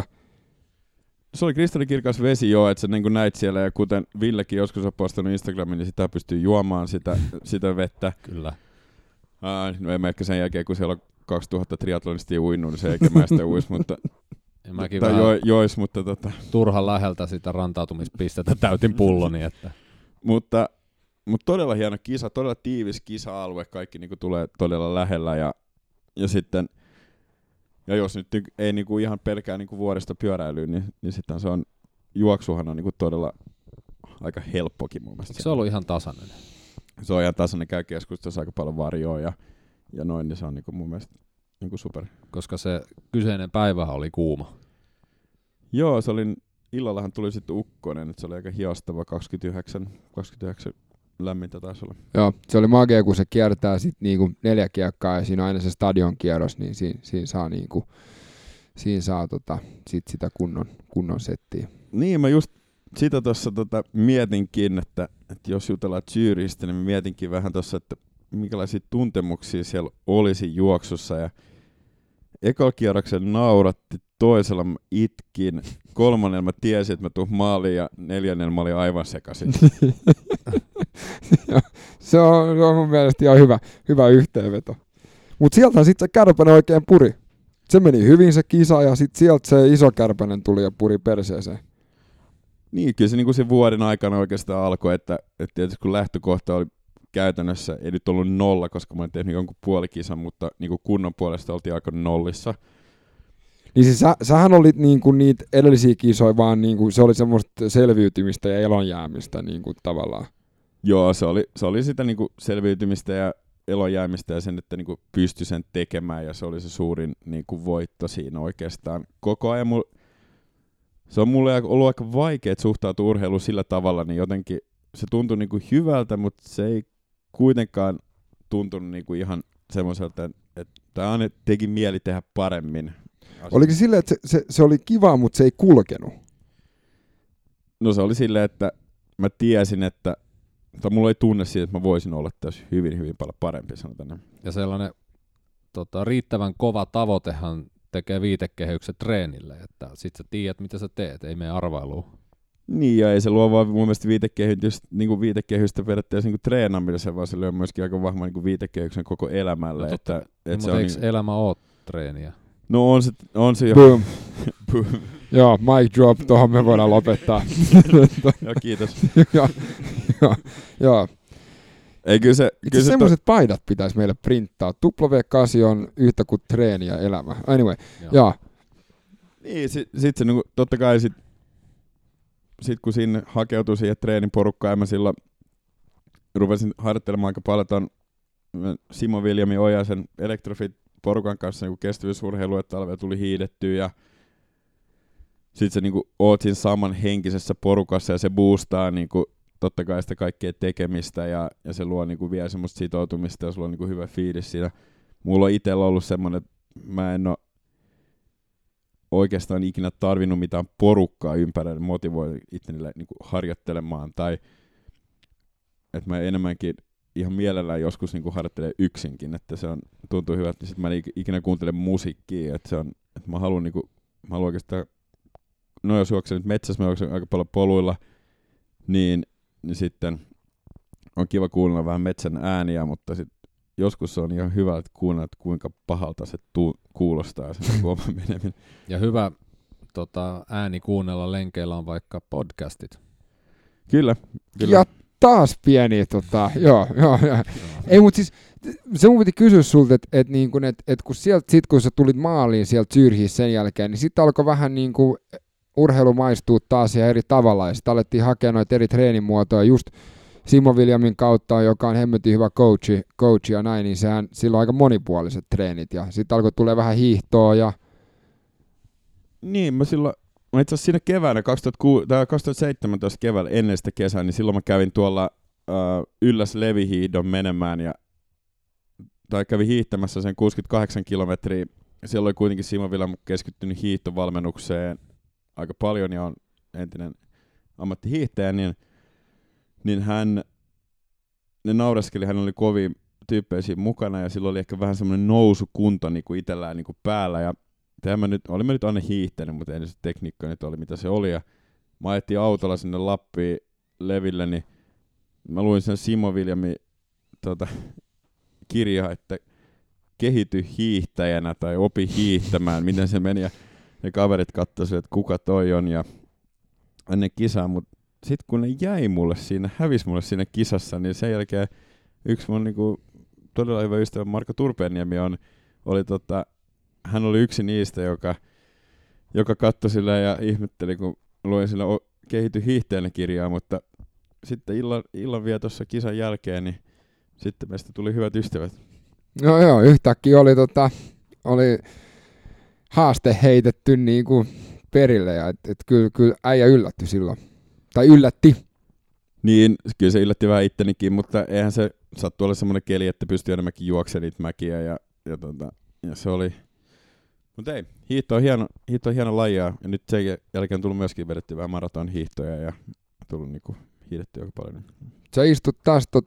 Se oli kristallikirkas vesi, joo, että sä niin näit siellä, ja kuten Villekin joskus on postannut Instagramiin, niin sitä pystyy juomaan sitä, sitä vettä. Kyllä. Uh, no en mä ehkä sen jälkeen, kun siellä on kaksituhatta triatlonistia uinnut, niin se eikä mä sitä uis, mutta mäkin tai jo, jois, mutta tota. Turhan läheltä sitä rantautumispistettä täytin pulloni. Että. mutta, mutta todella hieno kisa, todella tiivis kisa-alue, kaikki niin kuin tulee todella lähellä, ja, ja sitten ja jos nyt ei niinku ihan pelkää niinku vuodesta pyöräilyyn, niin, niin sitten se on, juoksuhan on niinku todella aika helppokin mun mielestä. Se on ollut ihan tasainen? Se on ihan tasainen, käy keskustassa aika paljon varjoa ja, ja noin, niin se on niinku mun mielestä niinku super. Koska se kyseinen päivähän oli kuuma. Joo, se oli, illallahan tuli sitten ukkonen, että se oli aika hiostava, kaksikymmentäyhdeksän, kaksikymmentäyhdeksän lämmintä taisi olla. Joo, se oli magea, kun se kiertää sit niinku neljä kiekkaa ja siinä on aina se stadion kierros, niin siinä, siinä saa, niinku, siinä saa tota, sit sitä kunnon, kunnon settiä. Niin, mä just sitä tuossa tota, mietinkin, että, että jos jutellaan Zürichistä, niin mä mietinkin vähän tuossa, että minkälaisia tuntemuksia siellä olisi juoksussa. Ja ekalla kierroksella nauratti, toisella mä itkin, kolmannella mä tiesin, että mä tuun maaliin ja neljännellä mä olin aivan sekaisin. se, on, se on mun mielestä ihan hyvä, hyvä yhteenveto. Mutta sieltä sitten se Kärpänen oikein puri. Se meni hyvin se kisa ja sitten sieltä se iso Kärpänen tuli ja puri perseeseen. Niin, kyllä se, niin kuin se vuoden aikana oikeastaan alkoi, että, että tietysti kun lähtökohta oli käytännössä, ei nyt ollut nolla, koska mä olin tehnyt jonkun puolikisan, mutta niin kuin kunnon puolesta oltiin aika nollissa. Niin siis sä, sähän olit niinku niitä edellisiä kisoja, vaan niinku se oli semmoista selviytymistä ja elonjäämistä niinku tavallaan. Joo, se oli, se oli sitä niinku selviytymistä ja elonjäämistä ja sen, että niinku pystyi sen tekemään, ja se oli se suurin niinku voitto siinä oikeastaan. Koko ajan mul, se on mulle ollut aika vaikea suhtautua urheiluun sillä tavalla, niin jotenkin se tuntui niinku hyvältä, mutta se ei kuitenkaan tuntunut niinku ihan semmoiselta, että tämä teki mieli tehdä paremmin. Oliko silleen, että se, se, se oli kiva, mutta se ei kulkenut? No se oli silleen, että mä tiesin, että tai mulla ei tunne siitä, että mä voisin olla tässä hyvin, hyvin paljon parempi, sanotaan. Ja sellainen tota, riittävän kova tavoitehan tekee viitekehykset treenille, että sit sä tiedät, mitä sä teet, ei mene arvailuun. Niin, ja ei se luo vaan mun mielestä viitekehystä, niin viitekehystä periaatteessa niin treenaamiseen, vaan se lyö myöskin aika vahvan niin viitekehyksen koko elämälle. No totta, että, että no, se mutta on eikö niin... elämä ole treeniä? No on se, on se jo. Boom. Joo, mic drop, tohon me voidaan lopettaa. Joo, kiitos. Joo, joo, joo. Ei, kyllä se, Itse kyllä se semmoiset to... paidat pitäisi meille printtaa. W kahdeksan on yhtä kuin treeni ja elämä. Anyway, joo. joo. Niin, sit, sit se, niin kuin, totta kai sit, sit kun sinne hakeutui siihen treeniporukkaan, ja mä silloin rupesin harjoittelemaan aika paljon ton Simo Viljami Ojasen Electrofit-porukan kanssa niin kestävyysurheilua, että talvella tuli hiidettyä, ja sit sä niin kuin, oot siinä saman henkisessä porukassa, ja se boostaa niin kuin, totta kai sitä kaikkea tekemistä, ja, ja se luo niin kuin, vielä semmoista sitoutumista, ja sulla on niin kuin, hyvä fiilis siinä. Mulla on itsellä ollut semmoinen, että mä en ole oikeastaan ikinä tarvinnut mitään porukkaa ympärillä motivoi itteni niin kuin harjoittelemaan, tai että mä enemmänkin ihan mielellään joskus niin kuin harjoittelen yksinkin, että se on, tuntuu hyvältä, että sit mä en ikinä kuuntele musiikkia, että se on, että mä haluan, niin kuin, mä haluan oikeastaan, no jos juoksen nyt metsässä, mä juoksen aika paljon poluilla, niin, niin sitten on kiva kuunnella vähän metsän ääniä, mutta sit joskus se on ihan hyvä, että kuunnella, että kuinka pahalta se tuu, kuulostaa sen oma meneminen. Ja hyvä tota, ääni kuunnella lenkeillä on vaikka podcastit. Kyllä. kyllä. Ja taas pieni, tota, joo, joo, joo. Ei, mutta siis se mun piti kysyä sulta, että et, niin et, et kun sieltä, sit kun sä tulit maaliin sieltä Zürchissä sen jälkeen, niin sitten alkoi vähän niin kuin urheilu maistuu taas ja eri tavalla, ja sitten alettiin hakea noita eri treenimuotoja, just Simo Viljamin kautta, joka on hemmetin hyvä coachi, coachi ja näin, niin sehän, sillä on aika monipuoliset treenit, ja sitten alkoi tulee vähän hiihtoa, ja... Niin, mä silloin, mä itse asiassa siinä keväänä, kaksituhattakuusi, tai kaksituhattaseitsemäntoista keväällä ennen sitä kesää, niin silloin mä kävin tuolla äh, Ylläs Levihiihdon menemään, ja, tai kävin hiihtämässä sen kuusikymmentäkahdeksan kilometriä, siellä oli kuitenkin Simo Viljamin keskittynyt hiihtovalmennukseen aika paljon, ja on entinen ammattihiihtäjä, niin niin hän, ne naureskeli, hän oli kovin tyyppejä mukana, ja sillä oli ehkä vähän semmoinen nousukunto niin kuin itsellään niin kuin päällä, ja tämä nyt, olimme nyt aina hiihtänyt, mutta ei se tekniikka nyt oli mitä se oli, ja mä ajettiin autolla sinne Lappiin leville, niin mä luin sen Simo Viljamin tota, kirjaa, että kehity hiihtäjänä tai opi hiihtämään, miten se meni, ja ne kaverit katsoivat, että kuka toi on, ja ennen kisaa, mutta sitten kun ne jäi mulle siinä, hävisi mulle siinä kisassa, niin sen jälkeen yksi mun niinku todella hyvä ystävä Marko Turpeeniemi on, oli tota, hän oli yksi niistä, joka, joka katsoi sillä ja ihmetteli, kun luin sillä kehity hiihteenä kirjaa, mutta sitten illan, illanvietossa kisan jälkeen, niin sitten meistä tuli hyvät ystävät. No joo, yhtäkkiä oli, tota, oli haaste heitetty niinku perille, ja et, et kyllä, kyllä äijä yllätty silloin. Tai yllätti. Niin, kyllä se yllätti vähän ittenikin, mutta eihän se sattu olla semmoinen keli, että pystyi enemmänkin juoksemaan niitä mäkiä, ja, ja, tota, ja se oli... Mutta ei, hiihto on hieno, hiihto on hieno laji, ja nyt sen jälkeen on tullut myöskin vedetty vähän maraton hiihtoja, ja tullut niinku hiihdetty aika paljon. Sä istut taas tota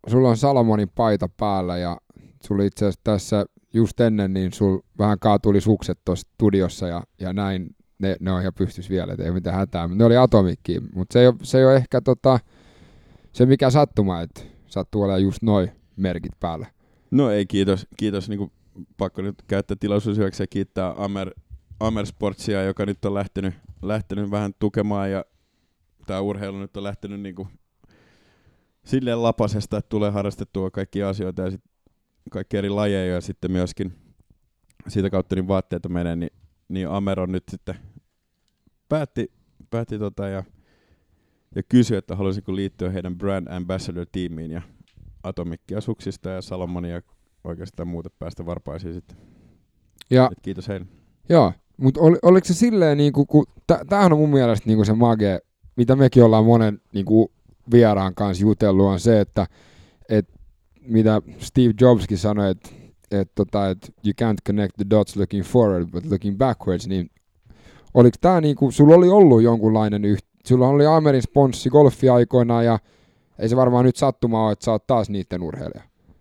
sulla on Salomonin paita päällä ja sulla itse asiassa tässä just ennen, niin sul vähän kaatuli sukset tuossa studiossa ja, ja näin, ne, ne on ihan pystys vielä, et ei ole mitään hätää, ne oli Atomikkiin, mutta se ei ole, se ei ole ehkä tota, se mikä sattuma, että sattuu olemaan just noi merkit päällä. No ei, kiitos. Kiitos. Niin kuin pakko nyt käyttää tilaisuus hyväksi ja kiittää Amer, Amer Sportsia, joka nyt on lähtenyt, lähtenyt vähän tukemaan ja tämä urheilu nyt on lähtenyt niin kuin silleen lapasesta, että tulee harrastettua kaikkia asioita ja sit kaikki eri lajeja ja sitten myöskin siitä kautta niin vaatteita menee, niin, niin Amer on nyt sitten päätti, päätti tota ja, ja kysyi, että haluaisiko liittyä heidän brand ambassador-tiimiin ja Atomikkia suksista ja Salomonia ja oikeastaan muuta päästä varpaisiin sitten. Ja, Et kiitos heille. joo, mutta ol, oliko se silleen, niinku, kun, tämähän on mun mielestä niinku se mage, mitä mekin ollaan monen niinku, vieraan kanssa jutellut, on se, että et, mitä Steve Jobskin sanoi, että et, tota, et you can't connect the dots looking forward, but looking backwards, niin oliko tämä niinku, sulla oli ollut jonkunlainen yht, sulla oli Amerin sponssi golfi aikoinaan ja ei se varmaan nyt sattuma ole, että sä oot taas niitten urheilija.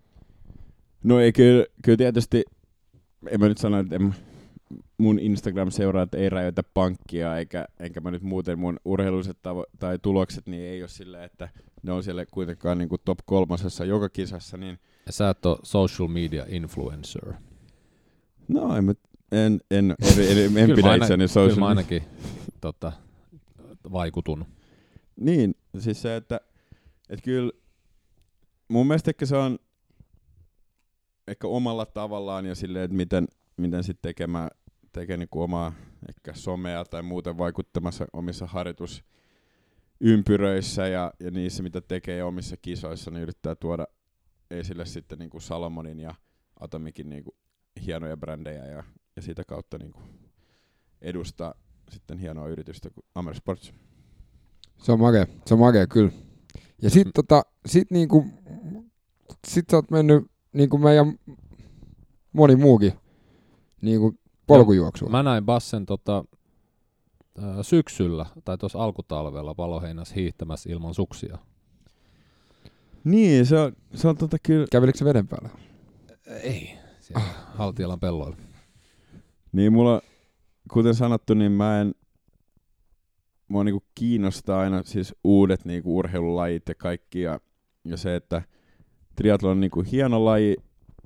No ei, kyllä, kyllä tietysti, en mä nyt sano, että en, mun Instagram-seuraajat ei rajoita pankkia, eikä, enkä mä nyt muuten mun urheilulliset tavo- tai tulokset, niin ei ole silleen, että ne on siellä kuitenkaan niin kuin top kolmosessa joka kisassa. Niin Ja sä et ole social media influencer. no en, en, en, en, en, en pidä itseäni social Kyllä mä ainakin tota, vaikutun. Niin, siis se, että et kyllä mun mielestä ehkä se on ehkä omalla tavallaan ja silleen, että miten, miten sitten tekemään tekee niinku omaa ehkä somea tai muuten vaikuttamassa omissa harjoitusympyröissä ja, ja niissä, mitä tekee omissa kisoissa, niin yrittää tuoda esille sitten niinku Salomonin ja Atomikin niinku hienoja brändejä ja, ja sitä kautta niinku edustaa sitten hienoa yritystä kuin Amer Sports. Se on makea, se on makea kyllä. Ja sit, tota, sit, niinku, sit sä oot mennyt niinku meidän moni muukin niinku polkujuoksua. Mä näin Bassen tota, ää, syksyllä tai tuossa alkutalvella Paloheinässä hiihtämässä ilman suksia. Niin, se on, se on tota kyllä. Kävelikö se veden päällä? Ei, siellä Haltialan pelloilla. Niin mulla, kuten sanottu, niin mä en, mua niinku kiinnostaa aina siis uudet niinku urheilulajit ja kaikki ja, ja se, että triathlon on niinku hieno laji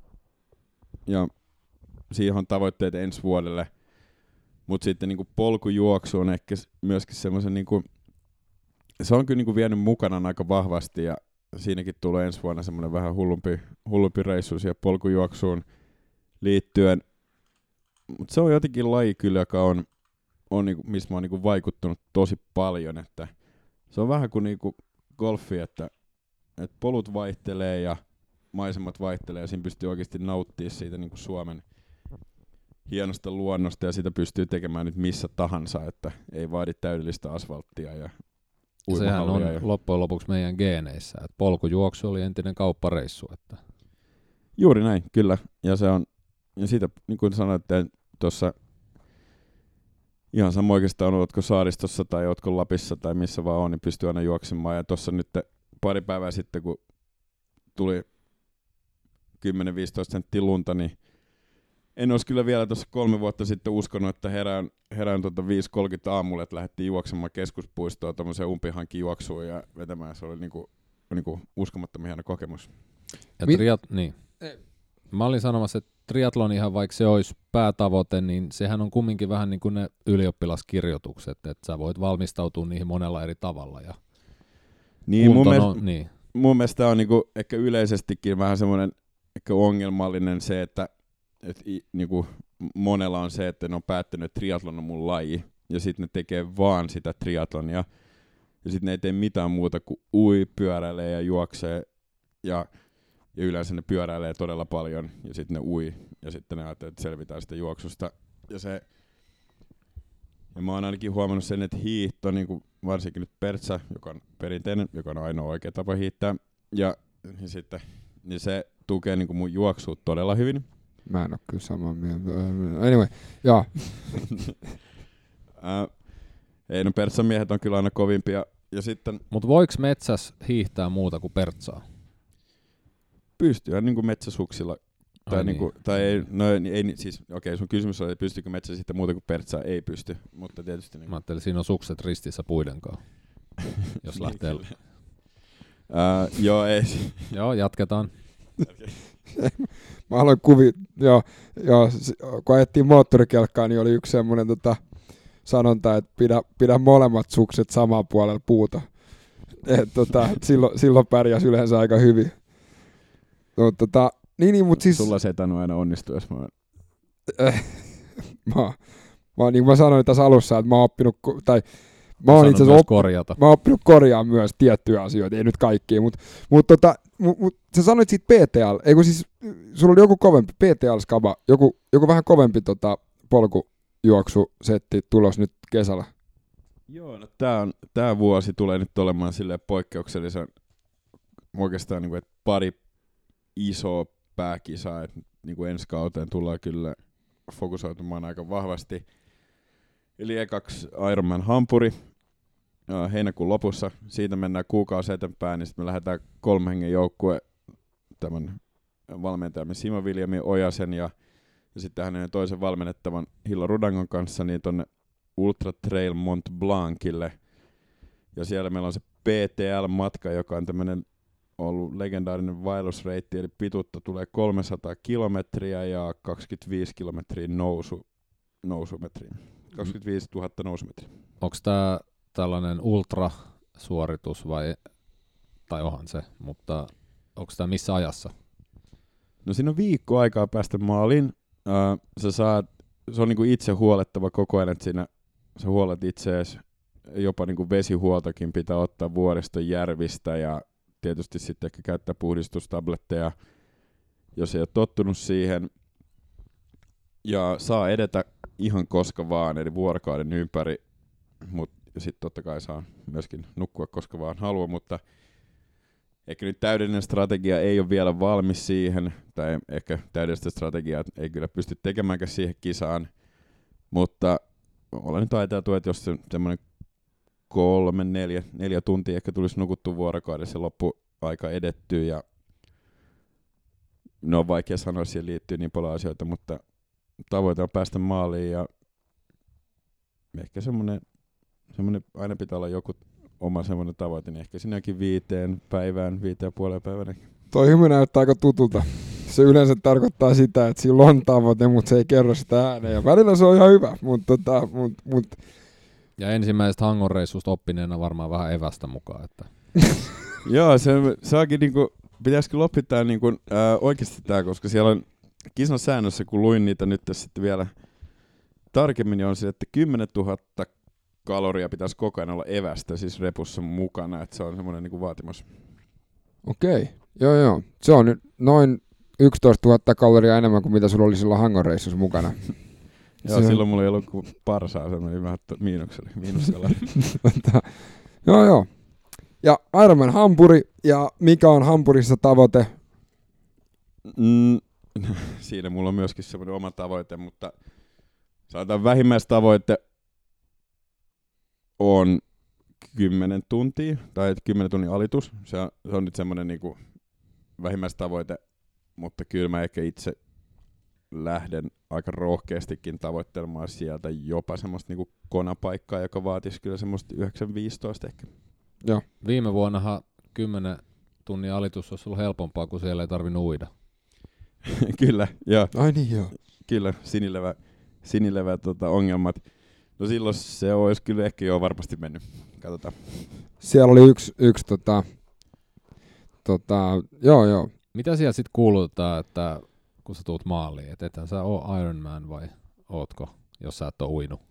ja siihen on tavoitteet ensi vuodelle, mutta sitten niinku polkujuoksu on ehkä myöskin semmoisen, niinku, se on kyllä niinku vienyt mukanaan aika vahvasti ja siinäkin tulee ensi vuonna semmoinen vähän hullumpi, hullumpi reissu siihen polkujuoksuun liittyen. Mutta se on jotenkin laji kyllä, joka on, on niinku, mistä mä oon niinku vaikuttunut tosi paljon, että se on vähän kuin niinku golfi, että, että polut vaihtelee ja maisemat vaihtelee ja siinä pystyy oikeasti nauttimaan siitä niinku Suomen hienosta luonnosta ja sitä pystyy tekemään nyt missä tahansa, että ei vaadi täydellistä asfalttia ja Sehän on ja loppujen lopuksi meidän geeneissä, että polkujuoksu oli entinen kauppareissu. Että. Juuri näin, kyllä. Ja se on, ja siitä, niin kuin sanoitte, tuossa ihan sama oikeastaan, oletko Saaristossa tai oletko Lapissa tai missä vaan on, niin pystyy aina juoksemaan. Ja tuossa nyt pari päivää sitten, kun tuli kymmenen viisitoista senttiä lunta, niin en olisi kyllä vielä tuossa kolme vuotta sitten uskonut, että herään, herään tuota viisi kolmekymmentä aamulla, että lähdettiin juoksemaan keskuspuistoon tuommoiseen umpihankin juoksuun ja vetämään. Se oli niinku, niinku uskomattoman hieno kokemus. Ja triat, niin. Mä olin sanomassa, että triatlonihan, vaikka se olisi päätavoite, niin sehän on kumminkin vähän niin kuin ne ylioppilaskirjoitukset, että sä voit valmistautua niihin monella eri tavalla. Ja niin, mun mielestä, on, niin. mun mielestä on niinku ehkä yleisestikin vähän semmoinen ehkä ongelmallinen se, että et, niinku, monella on se, että ne on päättänyt, että triatlon on mun laji, ja sitten ne tekee vaan sitä triatlonia, ja sitten ne ei tee mitään muuta kuin ui, pyöräilee ja juoksee, ja, ja yleensä ne pyöräilee todella paljon, ja sitten ne ui, ja sitten ne ajattelee, että selvitään sitä juoksusta, ja se, ja mä oon ainakin huomannut sen, että hiihto, niin varsinkin nyt pertsä, joka on perinteinen, joka on ainoa oikea tapa hiihtää, ja, ja sitten niin se tukee niin mun juoksua todella hyvin. Mä en oo kyllä samaa mieltä. Anyway, joo. äh, ei, no pertsan miehet on kyllä aina kovimpia. Ja sitten Mut voiko metsäs hiihtää muuta kuin pertsaa? pystyy, niin kuin metsäsuksilla. Tai, Ai niinku, niin. tai ei, no ei, ei siis, okei, sun kysymys oli, pystyykö metsä sitten muuta kuin pertsaa? Ei pysty, mutta tietysti... Niin. Mä ajattelin, siinä on sukset ristissä puiden kanssa, jos lähtee... uh, joo, ei. Joo, jatketaan. Mä aloin kuvi, joo, joo, kun ajettiin moottorikelkkaa, niin oli yksi semmoinen tota, sanonta, että pidä, pidä molemmat sukset saman puolella puuta. Et, tota, silloin, silloin pärjäs yleensä aika hyvin. No, tota, niin, niin, mut siis... Sulla se ei tainnut aina onnistua, jos mä... mä, mä, niin kuin mä sanoin tässä alussa, että mä oon oppinut, tai mä oon itse myös oppi, korjata. Mä oon oppinut korjaa myös tiettyjä asioita, ei nyt kaikkia, mutta mut, tota, mut, mut, sä sanoit siitä P T L, eikö siis, sulla oli joku kovempi, P T L-skaba, joku, joku vähän kovempi tota, polkujuoksusetti tulos nyt kesällä. Joo, no tää, on, tää vuosi tulee nyt olemaan silleen poikkeuksellisen, oikeastaan niin kuin, että pari isoa pääkisaa, että niin kuin ensi kauteen tullaan kyllä fokusoitumaan aika vahvasti. Eli ekaksi Ironman Hampuri äh, heinäkuun lopussa. Siitä mennään kuukausi eteenpäin, niin sitten me lähdetään kolmen hengen joukkue tämän valmentajamme Simo Viljami Ojasen ja, ja sitten hänen toisen valmennettavan Hilla Rudangon kanssa niin tonne Ultra Trail Mont Blancille. Ja siellä meillä on se P T L-matka, joka on tämmöinen ollut legendaarinen vaellusreitti, eli pituutta tulee kolmesataa kilometriä ja kaksikymmentäviisi kilometriä nousu, nousumetriä. kaksikymmentäviisituhatta nousumetriä. Onko tämä tällainen ultrasuoritus vai, tai onhan se, mutta onko tämä missä ajassa? No siinä on viikko aikaa päästä maaliin. Uh, sä saat, se on niinku itse huolettava koko ajan, että siinä sä huolet itseäsi. Jopa niinku vesihuoltokin pitää ottaa vuoriston järvistä ja tietysti sitten ehkä käyttää puhdistustabletteja, jos ei ole tottunut siihen. Ja saa edetä ihan koska vaan, eli vuorokauden ympäri, mutta sitten totta kai saa myöskin nukkua koska vaan haluaa, mutta ehkä nyt täydellinen strategia ei ole vielä valmis siihen, tai ehkä täydellistä strategiaa ei kyllä pysty tekemäänkään siihen kisaan, mutta olen nyt ajateltu, että jos se semmoinen kolme, neljä, neljä tuntia ehkä tulisi nukuttua vuorokaudessa loppuaika edettyä, ja no on vaikea sanoa, siihen liittyy niin paljon asioita, mutta tavoite on päästä maaliin ja ehkä semmoinen, semmoinen aina pitää olla joku oma semmoinen tavoite, niin ehkä sinäkin viiteen päivään, viiteen ja puoleen päivänä. Toi hymy näyttää aika tutulta. Se yleensä tarkoittaa sitä, että sillä on tavoite, mutta se ei kerro sitä ääneen. Ja välillä se on ihan hyvä, mutta tota, mut, mut. Ja ensimmäisestä Hangon reissusta oppineena varmaan vähän evästä mukaan. Että. Joo, se saakin niinku, pitäisikö loppittaa niinku, ää, oikeasti tää, koska siellä on kisan säännössä, kun luin niitä nyt sitten vielä tarkemmin, niin on se, että kymmenentuhatta kaloria pitäisi koko ajan olla evästä siis repussa mukana, että se on semmoinen niinku vaatimus. Okei, joo joo. Se on nyt noin yksitoistatuhatta kaloria enemmän kuin mitä sulla oli silloin Hangon reissussa mukana. Joo, silloin mulla ei ollut kuin parsaa, se meni vähän miinukselle, miinuksella. Joo joo. Ja Ironman Hampuri, ja mikä on Hampurissa tavoite? Mm, siinä mulla on myöskin semmoinen oma tavoite, mutta sanotaan vähimmäistavoite on kymmenen tuntia, tai kymmenen tunnin alitus. Se on, se on nyt semmoinen niinku vähimmäistavoite, mutta kyllä mä ehkä itse lähden aika rohkeastikin tavoittelemaan sieltä jopa semmoista niinku konapaikkaa, joka vaatisi kyllä semmoista yhdeksän viisitoista ehkä. Joo. Viime vuonnahan kymmenen tunnin alitus olisi ollut helpompaa, kun siellä ei tarvinnut uida. Kyllä, joo. Ai niin joo. Kyllä, sinilevä, sinilevä tota, ongelmat. No silloin se olisi kyllä ehkä jo varmasti mennyt. Katsotaan. Siellä oli yksi, yksi tota, tota, joo joo. Mitä siellä sitten kuulutetaan, että kun sä tuut maaliin, että ethän sä oo Ironman vai ootko, jos sä et oo uinut?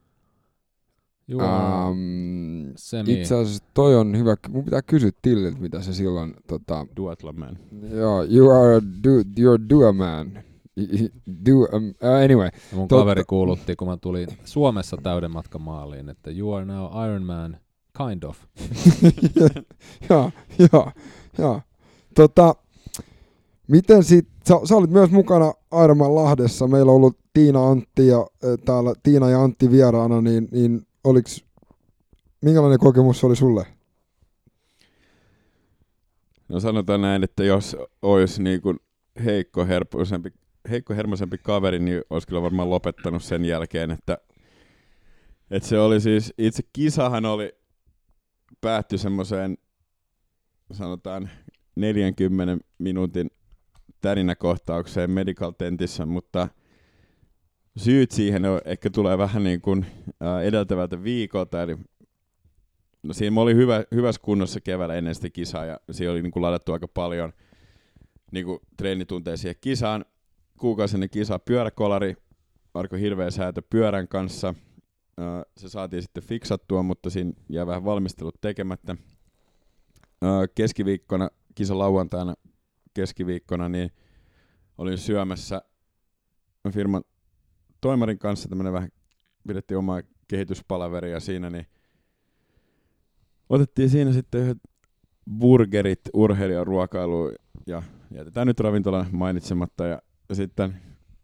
Um, itse asiassa toi on hyvä. Mun pitää kysyä Tilliltä, mitä se silloin... Tota, Duathlon man. Joo, you are a do, you're do a man. Do a, uh, anyway. Ja mun Tot... kaveri kuulutti, kun mä tulin Suomessa täyden matkan maaliin, että you are now Iron Man, kind of. Joo, joo, joo. Tota, miten sit, sä, sä olit myös mukana Ironman Lahdessa, meillä on ollut Tiina, Antti ja äh, täällä Tiina ja Antti vieraana, niin, niin oliks, minkälainen kokemus oli sulle? No sanotaan näin, että jos olisi niin kuin heikkohermoisempi, heikkohermoisempi kaveri, niin olisi kyllä varmaan lopettanut sen jälkeen, että, että se oli siis, itse kisahan oli, päättyi semmoiseen, sanotaan neljänkymmenen minuutin tärinäkohtaukseen medical tentissä, mutta syyt siihen on, ehkä tulee vähän niin kuin edeltävältä viikolta, eli no siinä mä olin hyvä, hyvässä kunnossa keväällä ennen sitä kisaa, ja siinä oli niin kuin ladattu aika paljon niin kuin treenitunteja siihen kisaan. Kuukausi ennen kisaa pyöräkolari, alkoi hirveä säätö pyörän kanssa. Se saatiin sitten fiksattua, mutta siinä jäi vähän valmistelut tekemättä. Keskiviikkona, kisa lauantaina keskiviikkona, niin olin syömässä firman toimarin kanssa, tämmönen vähän pidettiin omaa kehityspalaveria siinä, niin otettiin siinä sitten yhdet burgerit urheilijan ruokailuun ja jätetään nyt ravintola mainitsematta ja, ja sitten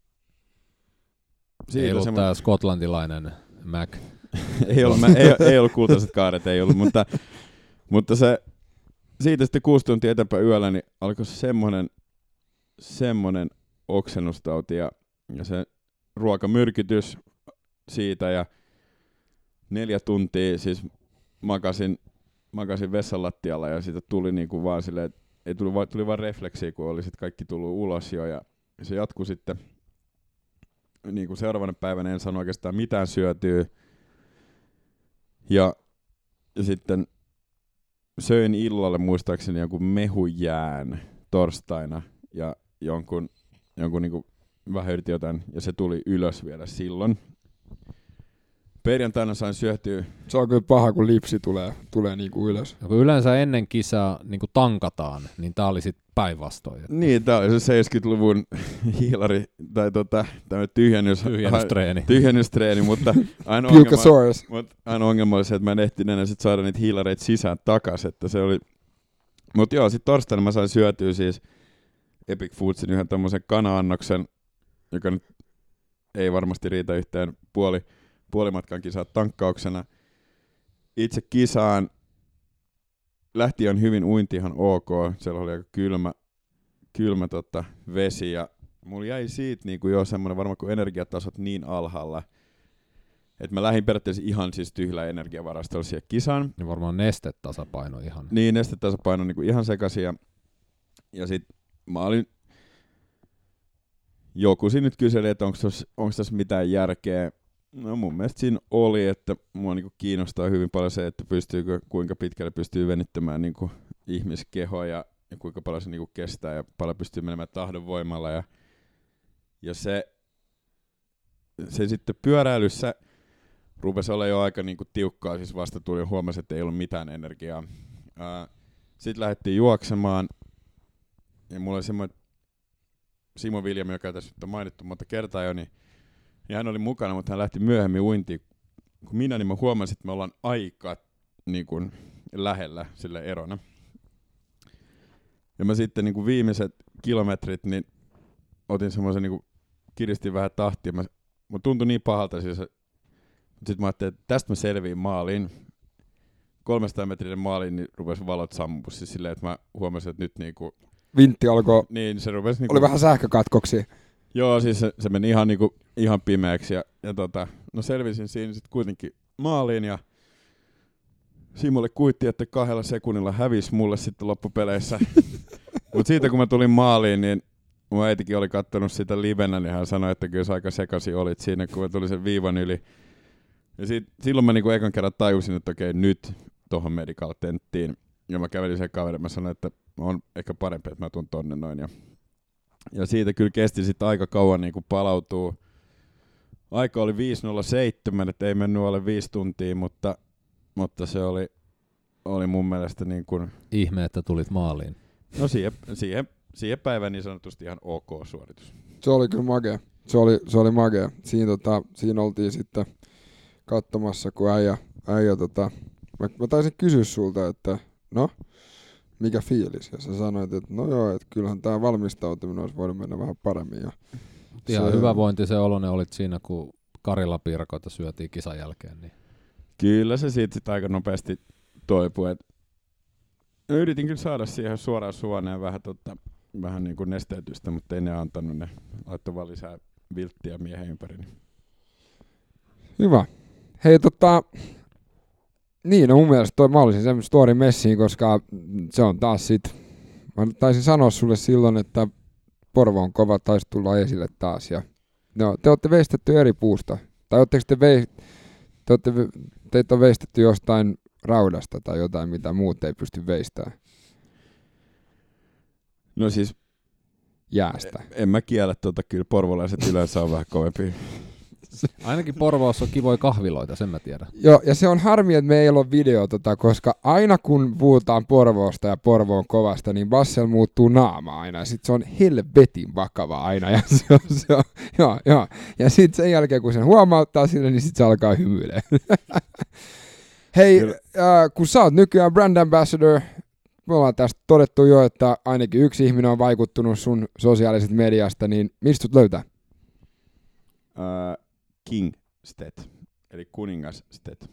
ei ollut semmo... tää skotlantilainen Mac. ei, ollut, mä, ei, ei ollut kultaiset kaaret, ei ollut, mutta, mutta se siitä sitten kuusi tuntia eteenpäin yöllä niin alkoi semmoinen semmoinen oksennustauti ja, ja se ruokamyrkytys siitä ja neljä tuntia siis makasin, makasin vessan lattialla ja siitä tuli niinku vaan silleen, että ei tuli, va, tuli vaan refleksiä, kun oli sit kaikki tullut ulos jo ja se jatkui sitten niinku seuraavana päivänä en sano oikeastaan mitään syötyä ja, ja sitten söin illalle muistaakseni jonkun mehujään torstaina ja jonkun, jonkun niinku vähän yritin jotain, ja se tuli ylös vielä silloin. Perjantaina sain syötyä. Se on kyllä paha, kun lipsi tulee, tulee niinku ylös. Ja kun yleensä ennen kisaa niinku tankataan, niin tää oli sit päinvastoin. Niin, tää oli se seitsemänkymmentäluvun hiilari, tai tota, tämmönen tyhjennys, tyhjennystreeni. tyhjennystreeni, mutta aina ongelma, mutta aina ongelma oli se, että mä en ehtinyt enää sit saada niitä hiilareita sisään takas, että se oli. Mut joo, sit torstaina mä sain syötyä siis Epic Foodsin yhden tommosen kana-annoksen, joka nyt ei varmasti riitä yhteen puoli, puolimatkan kisaa tankkauksena. Itse kisaan lähti on hyvin uinti ihan ok, siellä oli aika kylmä, kylmä tota, vesi ja mulla jäi siitä niinku jo semmoinen varmaan kun energiatasot niin alhaalla, että mä lähdin periaatteessa ihan siis tyhjällä energiavarastolla siihen kisaan. Niin varmaan nestetasapaino ihan. Niin, nestetasapaino niinku ihan sekaisin ja, ja sit mä olin joku siinä nyt kyseli, että onko tässä mitään järkeä. No mun mielestä siinä oli, että mua niinku kiinnostaa hyvin paljon se, että pystyykö, kuinka pitkälle pystyy venyttämään niinku ihmiskehoa ja, ja kuinka paljon se niinku kestää ja paljon pystyy menemään tahdonvoimalla. Ja, ja se, se sitten pyöräilyssä rupesi olla jo aika niinku tiukkaa, siis vasta tuli ja huomasi, että ei ollut mitään energiaa. Sitten lähdettiin juoksemaan ja mulla oli semmoinen Simo Viljami, joka tässä on mainittu monta kertaa jo, niin ja hän oli mukana, mutta hän lähti myöhemmin uintiin. Kun minä, niin mä huomasin, että me ollaan aika niin kuin, lähellä sille erona. Ja mä sitten niin kuin viimeiset kilometrit, niin otin semmoisen, niin kuin, kiristin vähän tahtia. Mä, mä tuntui niin pahalta siis. Sitten mä ajattelin, että tästä mä selviin maaliin. kolmesataa metrinen maaliin, niin rupesi valot sammua. Siis silleen, että mä huomasin, että nyt niin kuin vintti alkoi, niin, se rupesi, niinku, oli vähän sähkökatkoksia. Joo, siis se, se meni ihan, niinku, ihan pimeäksi ja, ja tota, no selvisin siinä sitten kuitenkin maaliin ja Simolle kuitti, että kahdella sekunnilla hävisi mulle sitten loppupeleissä. Mutta siitä kun mä tulin maaliin, niin mun äitikin oli kattonut sitä livenä, niin hän sanoi, että kyllä sä aika sekaisin olit siinä, kun mä tulin sen viivan yli. Ja sit, silloin mä niinku ekan kerran tajusin, että okei, nyt tohon medical tenttiin. Ja mä kävelin sen kaverin, mä sanoin, että on ehkä parempi, että mä tuun tonne noin. Ja, ja siitä kyllä kesti sitten aika kauan niin kuin palautuu. Aika oli viisi nolla seitsemän, että ei mennyt alle viisi tuntia, mutta, mutta se oli, oli mun mielestä niin kuin ihme, että tulit maaliin. No siihen, siihen, siihen päivään niin sanotusti ihan ok suoritus. Se oli kyllä magea. Se oli, se oli magea. Siinä, tota, siinä oltiin sitten katsomassa, kun äijä, äijä tota, mä, mä taisin kysyä sulta, että no, mikä fiilis? Ja sä sanoit, että no joo, että kyllähän tää valmistautuminen olisi voinut mennä vähän paremmin. Ja ihan hyvä vointi se oloinen olit siinä, kun Karilla Pirkoita syötiin kisan jälkeen. Niin. Kyllä se siitä sit aika nopeasti toipui. Et, No, yritin kyllä saada siihen suoraan suoneen vähän, tota, vähän niin kuin nesteytystä, mutta ei ne antanut, ne laittoi vaan lisää vilttiä miehen ympäri. Hyvä. Hei tota, niin no mun mielestä toi, mä olisin semmoinen story messiin, koska se on taas sit, mä taisin sanoa sulle silloin, että Porvo on kova, taisi tulla esille taas. Ja, no, te olette veistetty eri puusta. Tai ootteko te, vei, te olette, teitä on veistetty jostain raudasta tai jotain, mitä muut ei pysty veistämään. No siis Jäästä. en mä kiellä tuota, kyllä porvolaiset yleensä on vähän kovempi. Ainakin Porvoossa on kivoja kahviloita, sen mä tiedän. Joo, ja se on harmi, että me ei ole video, tota, koska aina kun puhutaan Porvoosta ja Porvoon kovasta, niin Bassel muuttuu naama aina, ja sit se on helvetin vakava aina, ja se on, se on, joo, joo. Ja sit sen jälkeen, kun sen huomauttaa sille, niin sit se alkaa hymyilemään. Hei, äh, kun sä oot nykyään brand ambassador, me ollaan tästä todettu jo, että ainakin yksi ihminen on vaikuttunut sun sosiaalisesta mediasta, niin mistä sut löytää? Uh, King Stet, eli kuningas Stet.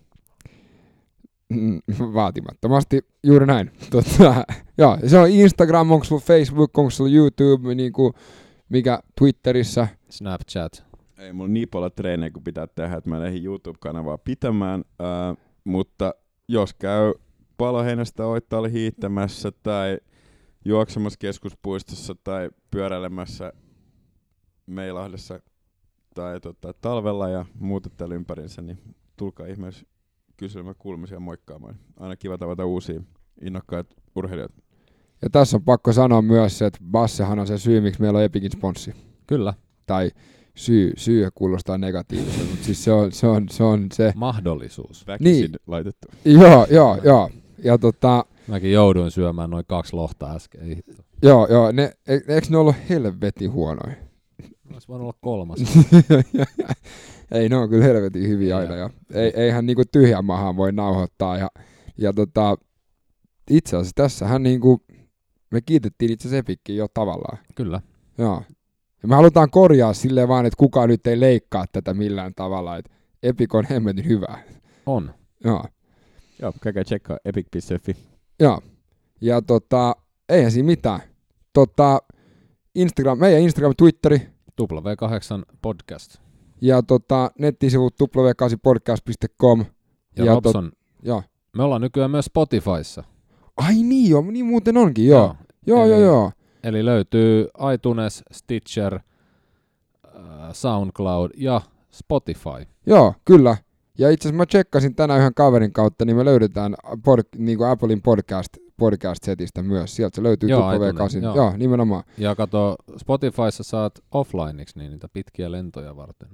Mm, vaatimattomasti, juuri näin. Tota, joo, se on Instagram, onko sulla Facebook, onko sulla YouTube, niin kuin, mikä Twitterissä? Snapchat. Ei mulla niin paljon treenejä kuin pitää tehdä, että mä lähdin YouTube-kanavaa pitämään, uh, mutta jos käy Paloheinästä Oittaalle hiihtämässä tai juoksemassa keskuspuistossa tai pyöräilemässä Meilahdessa tai tota, talvella ja muuta täällä ympärinsä, niin tulkaa ihmeessä kyselemään kuulumisia ja moikkaamaan. Aina kiva tavata uusia innokkaita urheilijoita. Ja tässä on pakko sanoa myös, että Bassehan on se syy, miksi meillä on Epicin sponssi. Kyllä. Tai syy, syy kuulostaa negatiivisesti, mutta siis se on se. On, se, on se. Mahdollisuus. Väkisin niin. Laitettu. Joo, joo, joo. Ja tota, Mäkin jouduin syömään noin kaksi lohta äsken. joo, joo. Ne, e, eikö ne ollut helvetin huonoja? Olisi voinut olla kolmas. Ei, ne on kyllä helvetin hyviä aina. Ja ei, eihän niinku tyhjän maahan voi nauhoittaa. Ja, ja tota, itse asiassa tässähän niinku, me kiitettiin itse asiassa Epickiä jo tavallaan. Kyllä. Joo. Ja me halutaan korjaa silleen vaan, että kukaan nyt ei leikkaa tätä millään tavalla. Että Epic on hemmetin hyvä. On. Joo. Joo, käykää tsekkaa epic piste fi. Joo. Ja tota, eihän siinä mitään. Tota, Instagram, meidän Instagram, Twitteri. W kahdeksan podcast. Ja tota, nettisivut double u kahdeksan podcast piste com. Ja, ja Robson, tot, joo. me ollaan nykyään myös Spotifyssa. Ai niin joo, niin muuten onkin, joo. Joo, joo, eli, joo, joo. Eli löytyy iTunes, Stitcher, äh, SoundCloud ja Spotify. Joo, kyllä. Ja itse asiassa mä tsekkasin tänään yhden kaverin kautta, niin me löydetään pod, niin kuin Applein podcast, podcast-setistä myös. Sieltä se löytyy double u kahdeksan. Joo. joo, nimenomaan. Ja kato, Spotifyssa saat offlineiksi niin niitä pitkiä lentoja varten.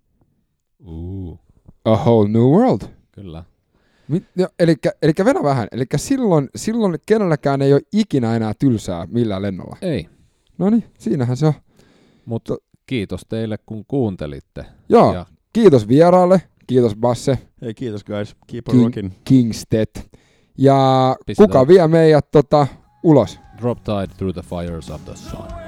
Uh. A whole new world. Kyllä. Elikkä, elikkä venä vähän. Elikkä silloin, silloin kenelläkään ei ole ikinä enää tylsää millään lennolla. Ei. No niin, siinähän se on. Mutta kiitos teille, kun kuuntelitte. Joo, ja kiitos vieraalle. Kiitos Basse. Hei, kiitos guys. Keep on King, rocking. Kingstedt. Ja Pistetään. kuka vie meidät tota, ulos? Drop Tide through the fires of the sun.